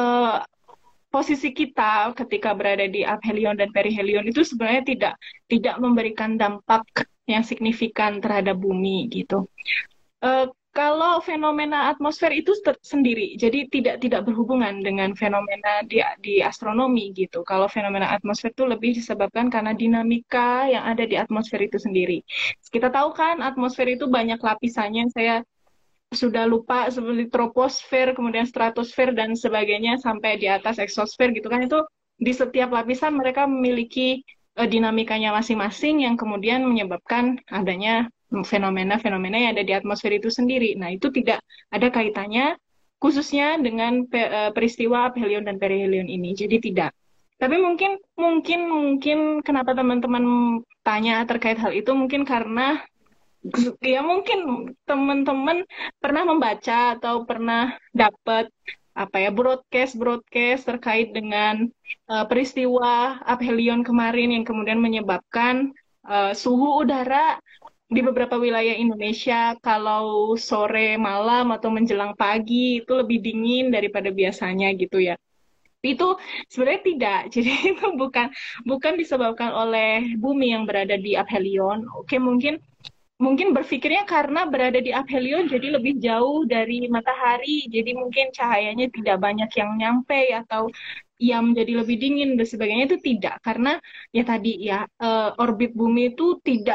posisi kita ketika berada di aphelion dan perihelion itu sebenarnya tidak memberikan dampak yang signifikan terhadap bumi gitu. Eh, Kalau fenomena atmosfer itu sendiri, jadi tidak berhubungan dengan fenomena di astronomi gitu. Kalau fenomena atmosfer itu lebih disebabkan karena dinamika yang ada di atmosfer itu sendiri. Kita tahu kan atmosfer itu banyak lapisannya. Saya sudah lupa seperti troposfer, kemudian stratosfer dan sebagainya sampai di atas eksosfer gitu kan itu di setiap lapisan mereka memiliki dinamikanya masing-masing yang kemudian menyebabkan adanya fenomena-fenomena yang ada di atmosfer itu sendiri. Nah, itu tidak ada kaitannya khususnya dengan peristiwa aphelion dan perihelion ini. Jadi tidak. Tapi mungkin mungkin mungkin kenapa teman-teman tanya terkait hal itu mungkin karena ya mungkin teman-teman pernah membaca atau pernah dapat apa ya broadcast broadcast terkait dengan peristiwa aphelion kemarin yang kemudian menyebabkan suhu udara di beberapa wilayah Indonesia kalau sore malam atau menjelang pagi itu lebih dingin daripada biasanya gitu ya. Itu sebenarnya tidak. Jadi itu bukan bukan disebabkan oleh bumi yang berada di aphelion. Oke, mungkin mungkin berpikirnya karena berada di aphelion jadi lebih jauh dari matahari, jadi mungkin cahayanya tidak banyak yang nyampe atau ia menjadi lebih dingin dan sebagainya itu tidak karena ya tadi ya orbit bumi itu tidak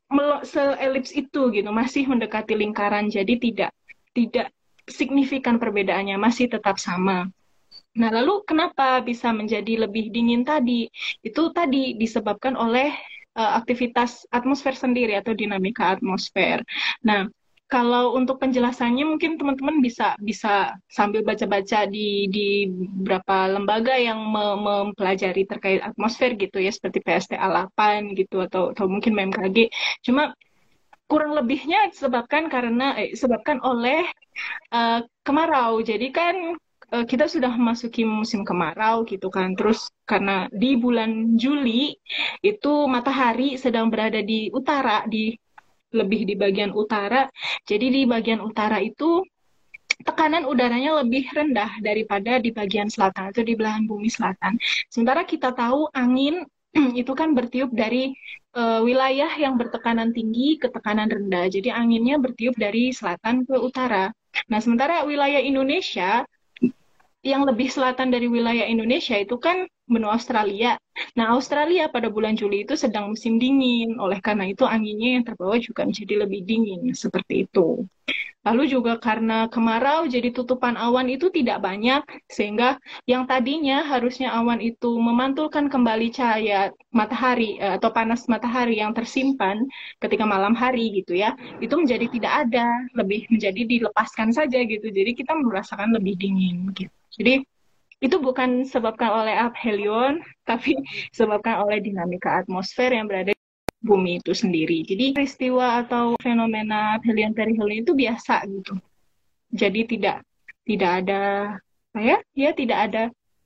se-elips itu gitu, masih mendekati lingkaran. Jadi tidak signifikan perbedaannya, masih tetap sama. Nah, lalu kenapa bisa menjadi lebih dingin tadi? Itu tadi disebabkan oleh aktivitas atmosfer sendiri atau dinamika atmosfer. Nah, kalau untuk penjelasannya mungkin teman-teman bisa bisa sambil baca-baca di beberapa lembaga yang mempelajari terkait atmosfer gitu ya, seperti PSTA 8 gitu atau mungkin BMKG. Cuma kurang lebihnya disebabkan oleh kemarau. Jadi kan kita sudah memasuki musim kemarau gitu kan. Terus karena di bulan Juli itu matahari sedang berada di utara, lebih di bagian utara. Jadi di bagian utara itu tekanan udaranya lebih rendah daripada di bagian selatan atau di belahan bumi selatan. Sementara kita tahu angin itu kan bertiup dari wilayah yang bertekanan tinggi ke tekanan rendah. Jadi anginnya bertiup dari selatan ke utara. Nah, sementara wilayah Indonesia yang lebih selatan dari wilayah Indonesia itu kan benua Australia. Nah, Australia pada bulan Juli itu sedang musim dingin. Oleh karena itu, anginnya yang terbawa juga menjadi lebih dingin. Seperti itu. Lalu juga karena kemarau, jadi tutupan awan itu tidak banyak, sehingga yang tadinya harusnya awan itu memantulkan kembali cahaya matahari atau panas matahari yang tersimpan ketika malam hari gitu ya, itu menjadi tidak ada, lebih menjadi dilepaskan saja gitu. Jadi kita merasakan lebih dingin gitu. Jadi itu bukan disebabkan oleh aphelion, tapi disebabkan oleh dinamika atmosfer yang berada di bumi itu sendiri. Jadi peristiwa atau fenomena aphelion perihelion itu biasa gitu. Jadi tidak ada apa ya? Ya tidak ada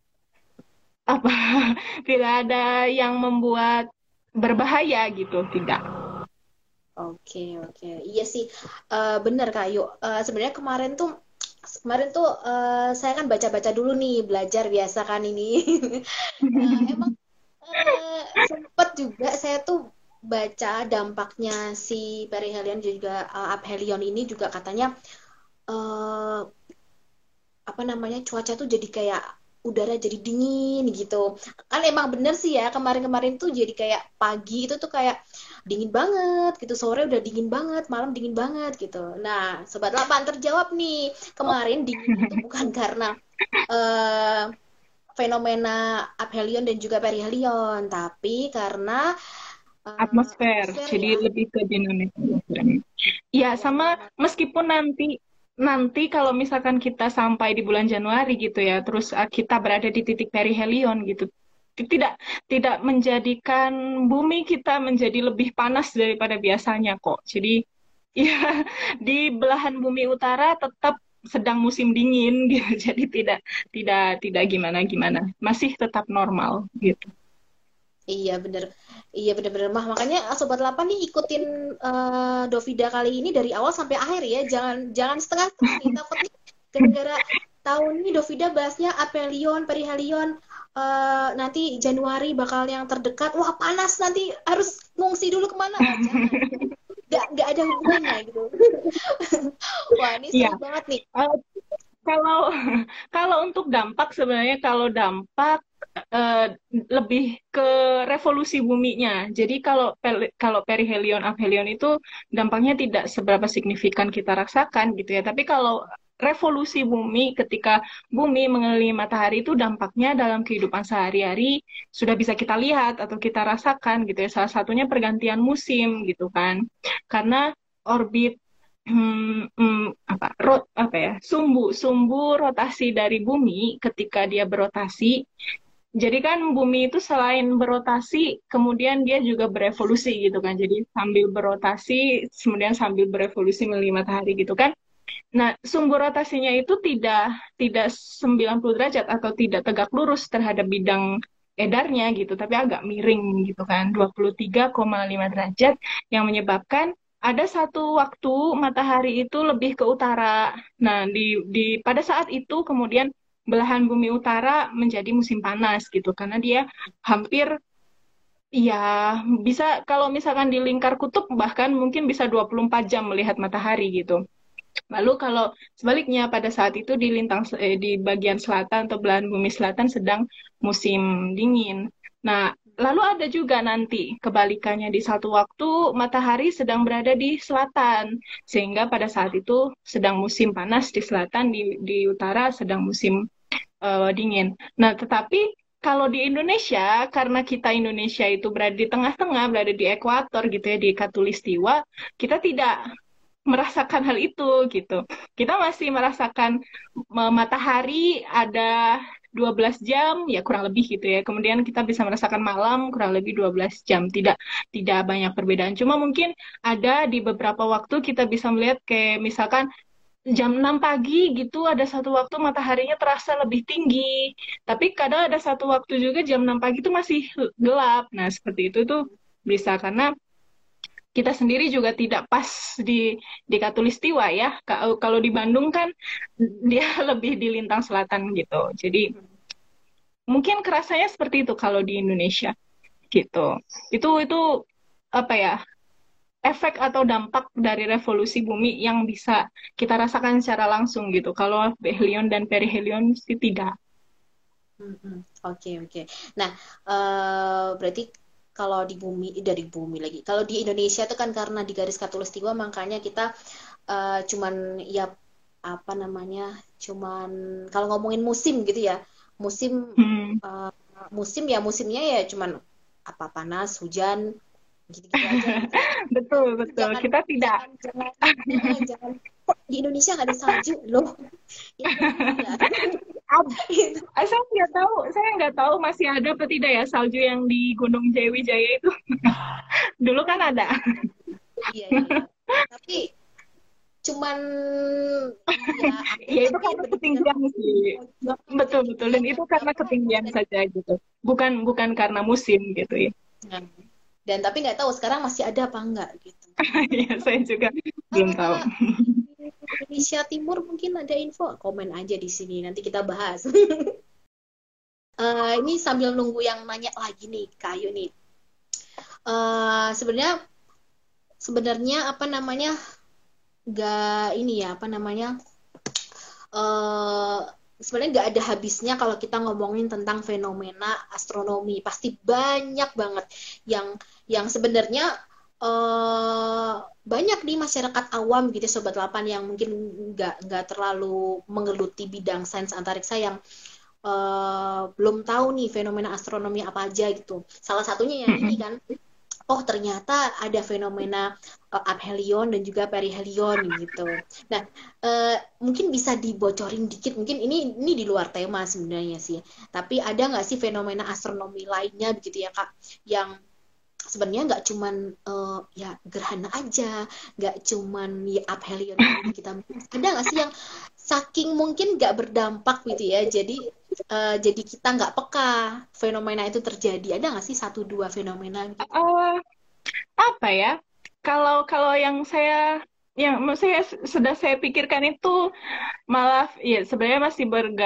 apa tidak ada yang membuat berbahaya gitu, tidak. Oke, oke. Iya sih, bener Kak Yuk. Sebenarnya kemarin tuh saya kan baca-baca dulu nih, belajar biasa kan ini. Emang sempet juga saya tuh baca dampaknya si perihelion juga aphelion ini juga katanya eh, apa namanya cuaca tuh jadi kayak udara jadi dingin gitu kan emang bener sih ya kemarin-kemarin tuh jadi kayak pagi itu tuh kayak dingin banget gitu sore udah dingin banget malam dingin banget gitu nah sobat lapan terjawab nih kemarin dinginnya tuh bukan karena eh, fenomena aphelion dan juga perihelion tapi karena Atmosfer, atmosfer jadi ya. lebih ke dinamika atmosfer. Ya, Iya sama benar. meskipun nanti nanti kalau misalkan kita sampai di bulan Januari gitu ya, terus kita berada di titik perihelion gitu, tidak tidak menjadikan bumi kita menjadi lebih panas daripada biasanya kok. Jadi ya di belahan bumi utara tetap sedang musim dingin gitu. Jadi tidak gimana-gimana. Masih tetap normal gitu. Iya bener, iya bener-bener mah makanya sobat 8 nih ikutin Dovida kali ini dari awal sampai akhir ya, jangan jangan setengah-setengah nih takutnya gara-gara tahun ini Dovida bahasnya Apelion, Perihelion, nanti Januari bakal yang terdekat, wah panas nanti harus ngungsi dulu kemana? Oh jangan, nggak ada hubungannya gitu. Wah ini Iya. seru banget nih. Eh, Kalau kalau untuk dampak sebenarnya kalau dampak eh, lebih ke revolusi buminya. Jadi kalau perihelion aphelion itu dampaknya tidak seberapa signifikan kita rasakan gitu ya. Tapi kalau revolusi bumi ketika bumi mengelilingi matahari itu dampaknya dalam kehidupan sehari-hari sudah bisa kita lihat atau kita rasakan gitu ya. Salah satunya pergantian musim gitu kan. Karena orbit apa ya sumbu rotasi dari bumi ketika dia berotasi jadi kan bumi itu selain berotasi kemudian dia juga berevolusi gitu kan jadi sambil berotasi kemudian sambil berevolusi mengelilingi matahari gitu kan nah sumbu rotasinya itu tidak 90 derajat atau tidak tegak lurus terhadap bidang edarnya gitu tapi agak miring gitu kan 23,5 derajat yang menyebabkan ada satu waktu matahari itu lebih ke utara. Nah, pada saat itu kemudian belahan bumi utara menjadi musim panas gitu karena dia hampir ya bisa kalau misalkan di lingkar kutub bahkan mungkin bisa 24 jam melihat matahari gitu. Lalu kalau sebaliknya pada saat itu di bagian selatan atau belahan bumi selatan sedang musim dingin. Nah, lalu ada juga nanti kebalikannya di satu waktu matahari sedang berada di selatan, sehingga pada saat itu sedang musim panas di selatan, di utara sedang musim dingin. Nah, tetapi kalau di Indonesia, karena kita Indonesia itu berada di tengah-tengah, berada di ekuator gitu ya, di Katulistiwa, kita tidak merasakan hal itu gitu. Kita masih merasakan matahari ada 12 jam ya kurang lebih gitu ya. Kemudian kita bisa merasakan malam kurang lebih 12 jam. Tidak banyak perbedaan. Cuma mungkin ada di beberapa waktu kita bisa melihat kayak misalkan jam 6 pagi gitu ada satu waktu mataharinya terasa lebih tinggi. Tapi kadang ada satu waktu juga jam 6 pagi itu masih gelap. Nah, seperti itu tuh bisa karena kita sendiri juga tidak pas di Katulistiwa ya. Kalau di Bandung kan dia lebih di lintang selatan gitu. Jadi mungkin kerasanya seperti itu kalau di Indonesia gitu. Itu apa ya? Efek atau dampak dari revolusi bumi yang bisa kita rasakan secara langsung gitu. Kalau helion dan perihelion sih tidak. Oke, oke. Nah, berarti kalau di bumi, dari bumi lagi. Kalau di Indonesia itu kan karena di garis khatulistiwa, makanya kita cuman ya apa namanya, cuman kalau ngomongin musim gitu ya, musim Hmm. eh, musim ya musimnya ya cuman apa panas, hujan, gitu-gitu aja gitu ya. Betul, betul. Jangan Kita tidak. jangan jangan jangan kok di Indonesia nggak ada salju loh. Ini kan gila. Gitu. Saya nggak tahu masih ada apa tidak ya salju yang di Gunung Jayawijaya itu. Dulu kan ada. Iya, iya, iya. Tapi cuman ya ada Ya itu tapi karena bener-bener ketinggian sih. Betul, betul. Dan ketinggian itu yang karena berapa ketinggian dan, saja gitu. Bukan karena musim gitu ya. nah, dan tapi nggak tahu sekarang masih ada apa enggak gitu. Ya, saya juga belum tahu. Eh, Indonesia Timur mungkin ada info, komen aja di sini nanti kita bahas. Ini sambil nunggu yang nanya lagi nih, Kayu nih. Sebenarnya sebenarnya apa namanya, nggak ini ya apa namanya, eh sebenarnya nggak ada habisnya kalau kita ngomongin tentang fenomena astronomi. Pasti banyak banget yang sebenarnya eh banyak di masyarakat awam gitu Sobat 8 yang mungkin nggak terlalu menggeluti bidang sains antariksa yang belum tahu nih fenomena astronomi apa aja gitu. Salah satunya yang ini kan, oh ternyata ada fenomena aphelion dan juga perihelion gitu. Nah, mungkin bisa dibocorin dikit, mungkin ini di luar tema sebenarnya sih. Tapi ada nggak sih fenomena astronomi lainnya begitu ya Kak, yang sebenarnya nggak cuman ya gerhana aja, nggak cuman ya aphelion yang kita ada nggak sih yang saking mungkin nggak berdampak gitu ya, jadi kita nggak peka fenomena itu terjadi. Ada nggak sih satu dua fenomena gitu? Eh, apa ya? Kalau yang sudah saya pikirkan itu malah ya sebenarnya masih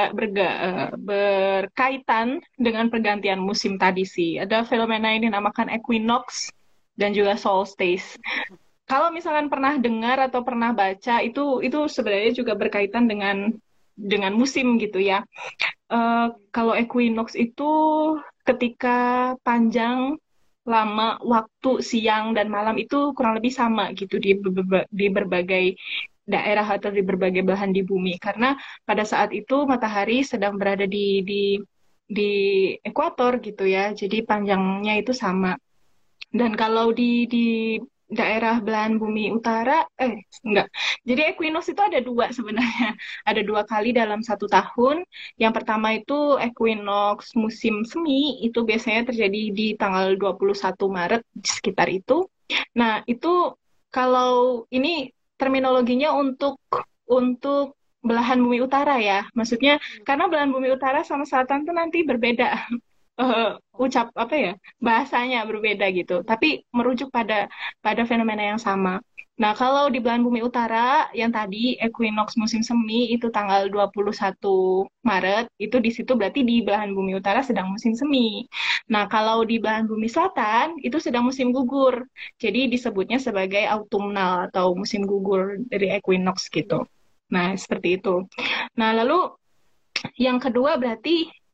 berkaitan dengan pergantian musim tadi sih. Ada fenomena yang dinamakan equinox dan juga solstice. Kalau misalkan pernah dengar atau pernah baca itu sebenarnya juga berkaitan dengan musim gitu ya. Kalau equinox itu ketika panjang lama waktu siang dan malam itu kurang lebih sama gitu di berbagai daerah atau di berbagai belahan di bumi karena pada saat itu matahari sedang berada di ekuator gitu ya. Jadi panjangnya itu sama. Dan kalau di daerah belahan bumi utara, enggak. Jadi equinox itu ada dua sebenarnya. Ada dua kali dalam satu tahun. Yang pertama itu equinox musim semi, itu biasanya terjadi di tanggal 21 Maret, sekitar itu. Nah, itu kalau ini terminologinya untuk belahan bumi utara ya. Maksudnya karena belahan bumi utara sama selatan tuh nanti berbeda ucap apa ya bahasanya berbeda gitu tapi merujuk pada fenomena yang sama. Nah, kalau di belahan bumi utara yang tadi equinox musim semi itu tanggal 21 Maret itu di situ berarti di belahan bumi utara sedang musim semi. Nah, kalau di belahan bumi selatan itu sedang musim gugur. Jadi disebutnya sebagai autumnal atau musim gugur dari equinox gitu. Nah, seperti itu. Nah, lalu yang kedua berarti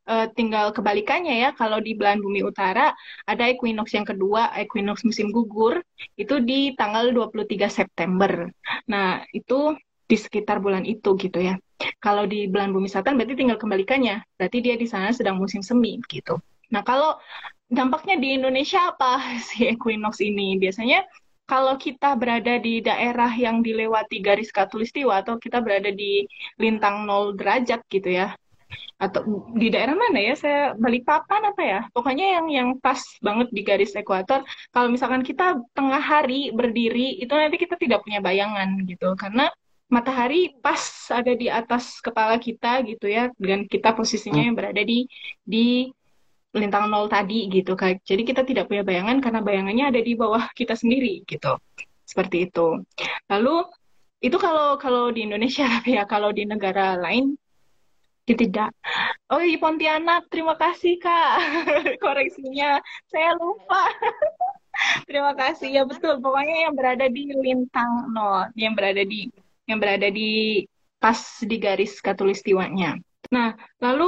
tinggal kebalikannya ya, kalau di belahan bumi utara ada equinox yang kedua, equinox musim gugur, itu di tanggal 23 September. Nah, itu di sekitar bulan itu gitu ya. Kalau di belahan bumi selatan berarti tinggal kebalikannya, berarti dia di sana sedang musim semi gitu. Nah, kalau dampaknya di Indonesia apa si equinox ini? Biasanya kalau kita berada di daerah yang dilewati garis khatulistiwa atau kita berada di lintang 0 derajat gitu ya, atau di daerah mana ya, saya Balikpapan apa ya, pokoknya yang pas banget di garis ekuator, kalau misalkan kita tengah hari berdiri itu nanti kita tidak punya bayangan gitu, karena matahari pas ada di atas kepala kita gitu ya, dan kita posisinya yang berada di lintang 0 tadi gitu kan, jadi kita tidak punya bayangan karena bayangannya ada di bawah kita sendiri gitu, seperti itu. Lalu itu kalau kalau di Indonesia tapi ya kalau di negara lain itu tidak. Oh, di Pontianak, terima kasih Kak. Koreksinya, saya lupa. Terima kasih. Ya betul, pokoknya yang berada di lintang nol, yang berada di pas di garis khatulistiwanya. Nah, lalu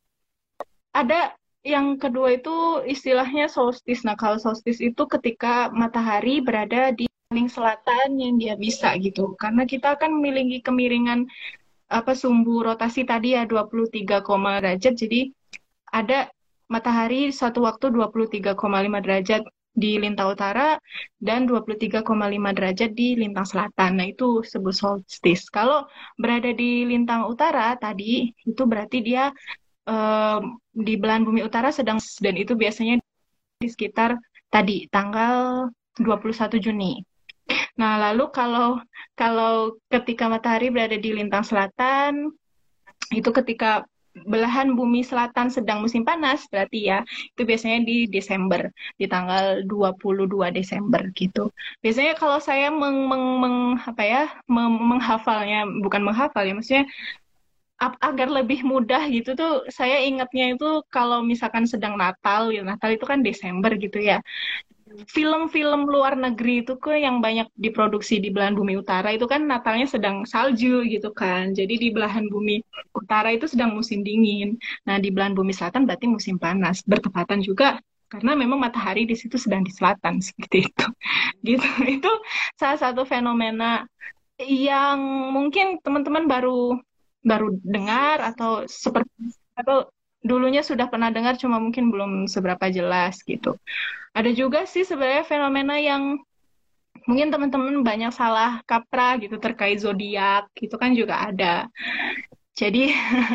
ada yang kedua itu istilahnya solstice. Nah, kalau solstice itu ketika matahari berada di paling selatan yang dia bisa gitu. Karena kita akan memiliki kemiringan apa sumbu rotasi tadi ya 23, derajat. Jadi ada matahari satu waktu 23,5 derajat di lintang utara dan 23,5 derajat di lintang selatan. Nah, itu sebut solstice. Kalau berada di lintang utara tadi, itu berarti dia di belahan bumi utara sedang, dan itu biasanya di sekitar tadi tanggal 21 Juni. Nah, lalu kalau kalau ketika matahari berada di lintang selatan, itu ketika belahan bumi selatan sedang musim panas, berarti ya, itu biasanya di Desember, di tanggal 22 Desember gitu. Biasanya kalau saya apa ya, menghafalnya, bukan menghafal ya, maksudnya agar lebih mudah gitu tuh, saya ingatnya itu kalau misalkan sedang Natal, ya Natal itu kan Desember gitu ya. Film-film luar negeri itu kok yang banyak diproduksi di belahan bumi utara itu kan Natalnya sedang salju gitu kan. Jadi di belahan bumi utara itu sedang musim dingin. Nah, di belahan bumi selatan berarti musim panas. Bertepatan juga karena memang matahari di situ sedang di selatan seperti itu. Gitu. Itu salah satu fenomena yang mungkin teman-teman baru baru dengar atau seperti, atau dulunya sudah pernah dengar cuma mungkin belum seberapa jelas gitu. Ada juga sih sebenarnya fenomena yang mungkin teman-teman banyak salah kaprah gitu terkait zodiak, itu kan juga ada. Jadi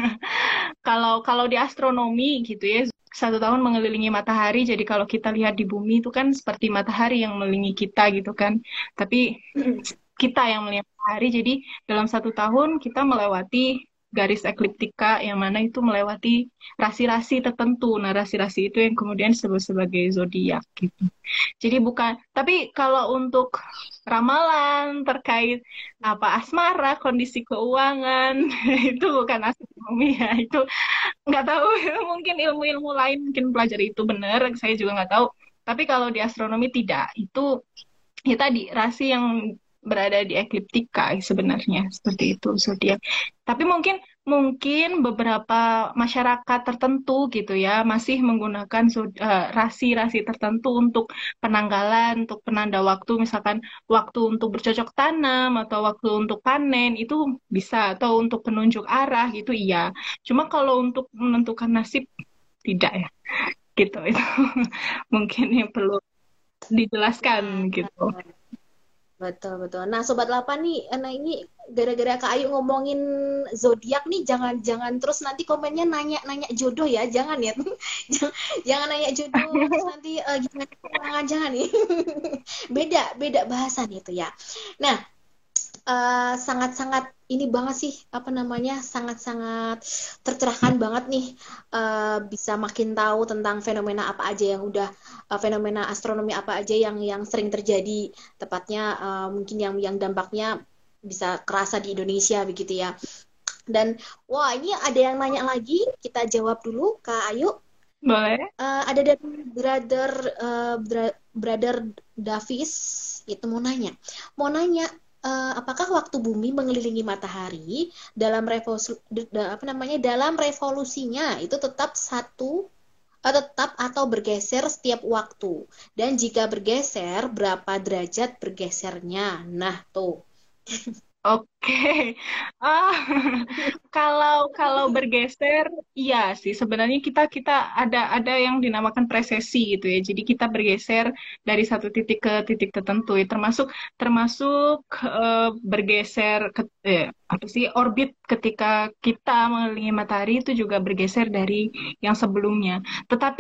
kalau kalau di astronomi gitu ya, 1 tahun mengelilingi matahari, jadi kalau kita lihat di bumi itu kan seperti matahari yang mengelilingi kita gitu kan. Tapi kita yang melihat matahari, jadi dalam 1 tahun kita melewati garis ekliptika yang mana itu melewati rasi-rasi tertentu. Nah, rasi-rasi itu yang kemudian disebut sebagai zodiak gitu. Jadi bukan, tapi kalau untuk ramalan terkait apa asmara, kondisi keuangan itu bukan astronomi ya, itu nggak tahu. Mungkin ilmu-ilmu lain mungkin pelajari itu benar, saya juga nggak tahu. Tapi kalau di astronomi tidak, itu ya tadi rasi yang berada di ekliptika sebenarnya seperti itu zodiak. Tapi mungkin mungkin beberapa masyarakat tertentu gitu ya masih menggunakan rasi-rasi tertentu untuk penanggalan, untuk penanda waktu, misalkan waktu untuk bercocok tanam atau waktu untuk panen itu bisa, atau untuk penunjuk arah gitu iya. Cuma kalau untuk menentukan nasib tidak ya. Gitu itu mungkin yang perlu dijelaskan gitu. Betul, betul. Nah, Sobat 8 nih, nah ini gara-gara Kak Ayu ngomongin zodiak nih, jangan terus nanti komennya nanya-nanya jodoh ya, jangan ya. Jangan, jangan nanya jodoh terus nanti gimana keuangan, jangan nih. Beda, beda bahasan itu ya. Nah, sangat-sangat ini banget sih, apa namanya, sangat-sangat tercerahkan banget nih, bisa makin tahu tentang fenomena apa aja yang udah, fenomena astronomi apa aja yang sering terjadi, tepatnya mungkin yang dampaknya bisa kerasa di Indonesia begitu ya. Dan wah, ini ada yang nanya lagi, kita jawab dulu Kak Ayu. Boleh. Ada dari brother Davis itu mau nanya apakah waktu bumi mengelilingi matahari dalam dalam revolusinya itu tetap atau bergeser setiap waktu. Dan jika bergeser, berapa derajat bergesernya? Nah, tuh. Oke, ah kalau kalau bergeser, iya sih sebenarnya kita kita ada yang dinamakan presesi gitu ya. Jadi kita bergeser dari satu titik ke titik tertentu ya. Termasuk termasuk bergeser ke apa sih orbit ketika kita mengelilingi matahari itu juga bergeser dari yang sebelumnya. Tetapi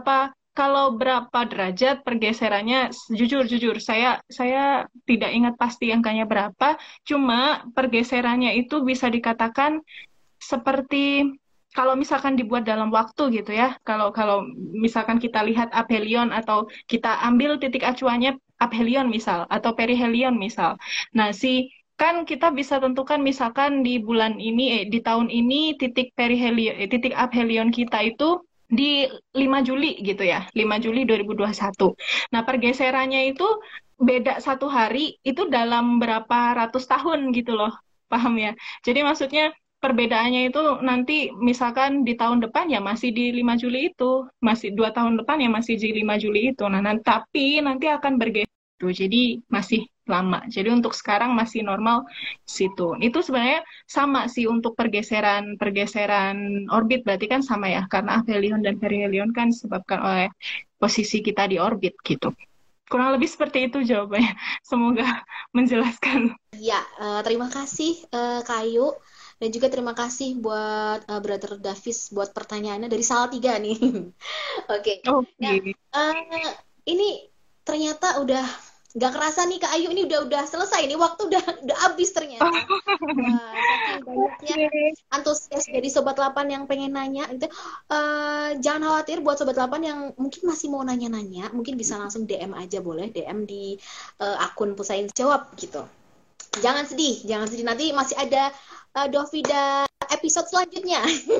berapa derajat pergeserannya? Jujur saya tidak ingat pasti angkanya berapa. Cuma pergeserannya itu bisa dikatakan seperti kalau misalkan dibuat dalam waktu gitu ya. Kalau kalau misalkan kita lihat aphelion atau kita ambil titik acuannya aphelion misal atau perihelion misal. Nah, kan kita bisa tentukan misalkan di bulan ini di tahun ini titik aphelion kita itu di 5 Juli gitu ya. 5 Juli 2021. Nah, pergeserannya itu beda satu hari itu dalam berapa ratus tahun gitu loh. Paham ya? Jadi maksudnya perbedaannya itu nanti misalkan di tahun depan ya masih di 5 Juli itu, masih 2 tahun depan ya masih di 5 Juli itu. Nah, tapi nanti akan bergeser itu, jadi masih lama. Jadi untuk sekarang masih normal situ. Itu sebenarnya sama sih untuk pergeseran orbit berarti kan sama ya, karena aphelion dan perihelion kan disebabkan oleh posisi kita di orbit gitu. Kurang lebih seperti itu jawabannya. Semoga menjelaskan. Ya, terima kasih Kayu. Dan juga terima kasih buat Brother Davis buat pertanyaannya dari Salatiga nih. Oke. Nah, Oke. ini ternyata udah nggak kerasa nih Kak Ayu, ini udah selesai nih, waktu udah habis ternyata. Wah, saking banyaknya Oke. antusias dari Sobat 8 yang pengen nanya gitu. Jangan khawatir buat Sobat 8 yang mungkin masih mau nanya-nanya, mungkin bisa langsung DM aja, boleh DM di akun Pusain Jawab gitu. Jangan sedih nanti masih ada Dovida episode selanjutnya.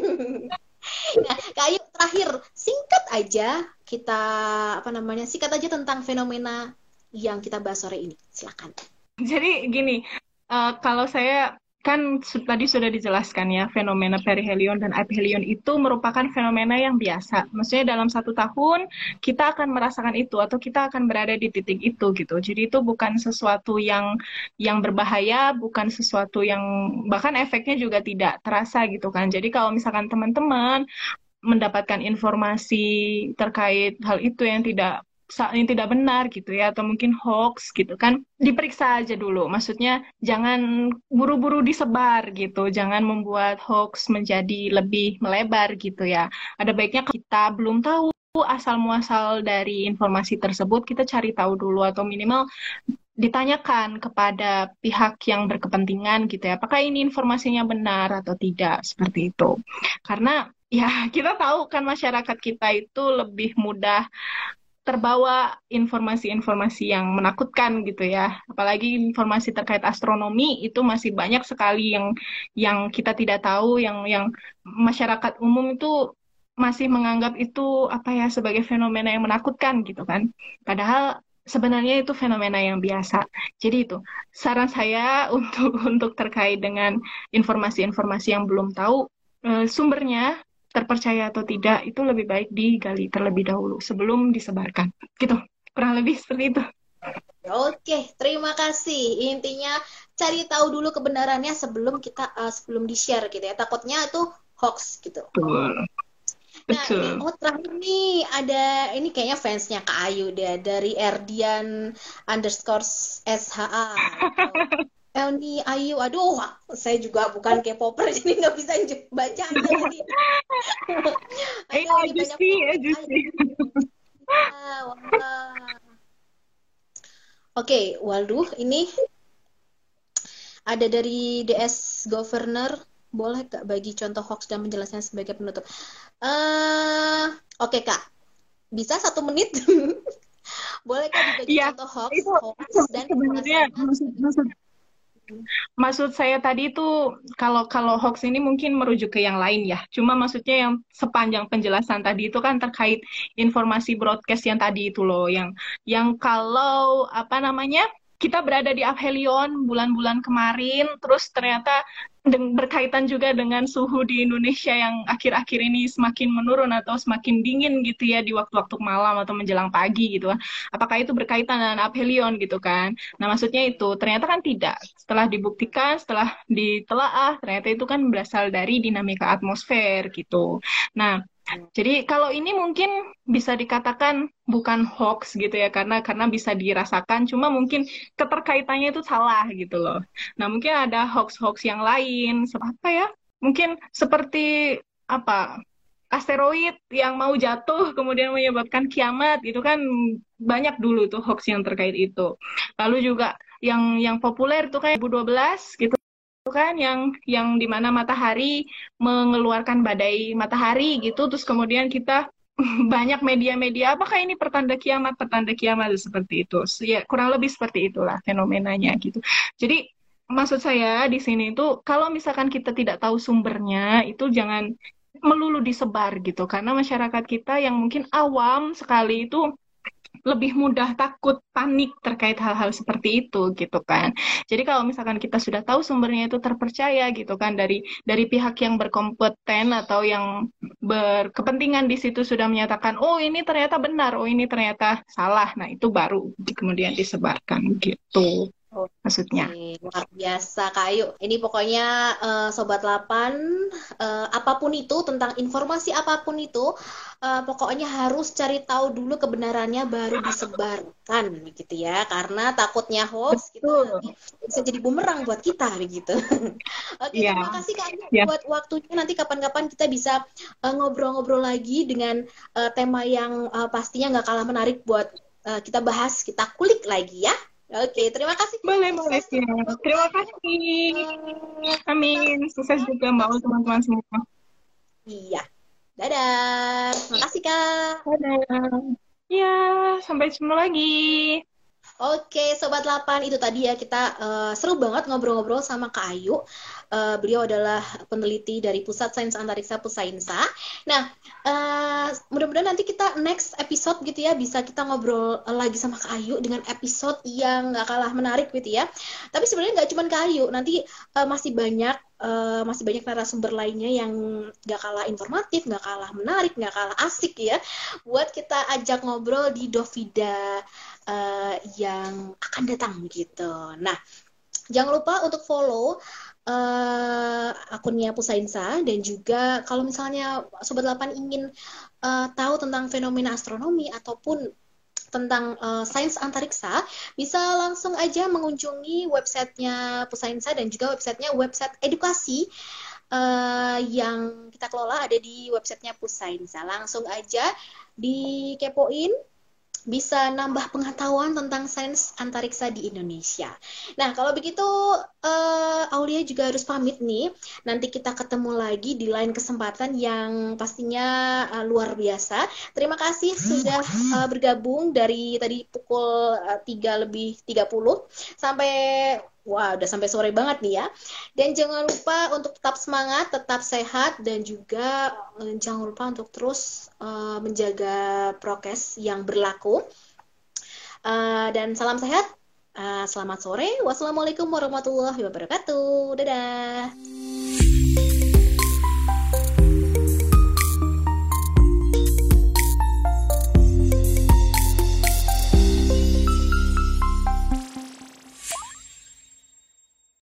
Nah, Kak Ayu terakhir singkat aja kita singkat aja tentang fenomena yang kita bahas sore ini. Silakan. Jadi gini, kalau saya kan tadi sudah dijelaskan ya, fenomena perihelion dan aphelion itu merupakan fenomena yang biasa. Maksudnya dalam 1 tahun kita akan merasakan itu atau kita akan berada di titik itu gitu. Jadi itu bukan sesuatu yang berbahaya, bukan sesuatu yang bahkan efeknya juga tidak terasa gitu kan. Jadi kalau misalkan teman-teman mendapatkan informasi terkait hal itu yang tidak benar gitu ya atau mungkin hoax gitu kan diperiksa aja dulu, maksudnya jangan buru-buru disebar gitu, jangan membuat hoax menjadi lebih melebar gitu ya. Ada baiknya kita belum tahu asal muasal dari informasi tersebut, kita cari tahu dulu atau minimal ditanyakan kepada pihak yang berkepentingan gitu ya, apakah ini informasinya benar atau tidak, seperti itu. Karena ya kita tahu kan masyarakat kita itu lebih mudah terbawa informasi-informasi yang menakutkan gitu ya. Apalagi informasi terkait astronomi itu masih banyak sekali yang kita tidak tahu, yang masyarakat umum itu masih menganggap itu apa ya sebagai fenomena yang menakutkan gitu kan. Padahal sebenarnya itu fenomena yang biasa. Jadi itu saran saya untuk terkait dengan informasi-informasi yang belum tahu sumbernya terpercaya atau tidak, itu lebih baik digali terlebih dahulu sebelum disebarkan. Gitu. Kurang lebih seperti itu. Oke, terima kasih. Intinya cari tahu dulu kebenarannya sebelum di-share gitu ya. Takutnya itu hoax gitu. Betul. Nah, Betul. terakhir nih ada ini kayaknya fansnya Kak Ayu deh dari Erdian_SHA. Ini Ayu, aduh, saya juga bukan K-popper jadi nggak bisa baca tadi. Aduh, ini banyak Aja sih. Oke, waduh, ini ada dari DS Governor. Boleh Kak bagi contoh hoax dan menjelaskan sebagai penutup? Oke Kak, bisa 1 menit? Boleh Kak dibagi contoh hoax dan sebenarnya maksud saya tadi itu kalau hoax ini mungkin merujuk ke yang lain ya. Cuma maksudnya yang sepanjang penjelasan tadi itu kan terkait informasi broadcast yang tadi itu loh, yang kalau apa namanya kita berada di aphelion bulan-bulan kemarin, terus ternyata berkaitan juga dengan suhu di Indonesia yang akhir-akhir ini semakin menurun atau semakin dingin gitu ya di waktu-waktu malam atau menjelang pagi gitu kan. Apakah itu berkaitan dengan aphelion gitu kan? Nah, maksudnya itu ternyata kan tidak. Setelah dibuktikan, setelah ditelaah, ternyata itu kan berasal dari dinamika atmosfer gitu. Nah, jadi kalau ini mungkin bisa dikatakan bukan hoax gitu ya karena bisa dirasakan cuma mungkin keterkaitannya itu salah gitu loh. Nah, mungkin ada hoax-hoax yang lain seperti apa ya? Mungkin seperti apa? Asteroid yang mau jatuh kemudian menyebabkan kiamat gitu kan banyak dulu tuh hoax yang terkait itu. Lalu juga yang populer tuh kayak 2012 gitu kan yang dimana matahari mengeluarkan badai matahari gitu terus kemudian kita banyak media-media apakah ini pertanda kiamat seperti itu ya kurang lebih seperti itulah fenomenanya gitu jadi maksud saya di sini itu kalau misalkan kita tidak tahu sumbernya itu jangan melulu disebar gitu karena masyarakat kita yang mungkin awam sekali itu lebih mudah takut, panik terkait hal-hal seperti itu gitu kan. Jadi kalau misalkan kita sudah tahu sumbernya itu terpercaya gitu kan dari pihak yang berkompeten atau yang berkepentingan di situ sudah menyatakan oh ini ternyata benar, oh ini ternyata salah. Nah, itu baru kemudian disebarkan gitu maksudnya. Oke, luar biasa Kak Ayu. Ini pokoknya Sobat 8, apapun itu, tentang informasi apapun itu, pokoknya harus cari tahu dulu kebenarannya baru disebarkan, begitu ya. Karena takutnya hoax, gitu Betul. nanti bisa jadi bumerang buat kita, begitu. Oke, Iya. terima kasih Kak Ayu Ya. buat waktunya. Nanti kapan-kapan kita bisa ngobrol-ngobrol lagi dengan tema yang pastinya nggak kalah menarik buat kita bahas, kita kulik lagi ya. Oke, terima kasih. Boleh. Ya. Terima kasih. Amin. Sukses juga Mbak teman-teman semua. Iya. Dadah. Makasih, Kak. Dadah. Ya, sampai jumpa lagi. Oke, Sobat 8, itu tadi ya kita seru banget ngobrol-ngobrol sama Kak Ayu. Beliau adalah peneliti dari Pusat Sains Antariksa Pusainsa. Nah, mudah-mudahan nanti kita next episode gitu ya, bisa kita ngobrol lagi sama Kak Ayu dengan episode yang gak kalah menarik gitu ya. Tapi sebenarnya nggak cuma Kak Ayu, nanti masih banyak narasumber lainnya yang gak kalah informatif, gak kalah menarik, gak kalah asik ya, buat kita ajak ngobrol di Dovida yang akan datang gitu. Nah, jangan lupa untuk follow akunnya Pusainsa, dan juga kalau misalnya Sobat 8 ingin tahu tentang fenomena astronomi ataupun tentang sains antariksa, bisa langsung aja mengunjungi websitenya Pusainsa dan juga website edukasi yang kita kelola ada di websitenya Pusainsa. Langsung aja dikepoin, bisa nambah pengetahuan tentang sains antariksa di Indonesia. Nah, kalau begitu Aulia juga harus pamit nih. Nanti kita ketemu lagi di lain kesempatan yang pastinya luar biasa. Terima kasih sudah bergabung dari tadi pukul 3:30 sampai wah, udah sampai sore banget nih ya. Dan jangan lupa untuk tetap semangat, tetap sehat, dan juga jangan lupa untuk terus menjaga prokes yang berlaku. Dan salam sehat. Selamat sore. Wassalamualaikum warahmatullahi wabarakatuh. Dadah.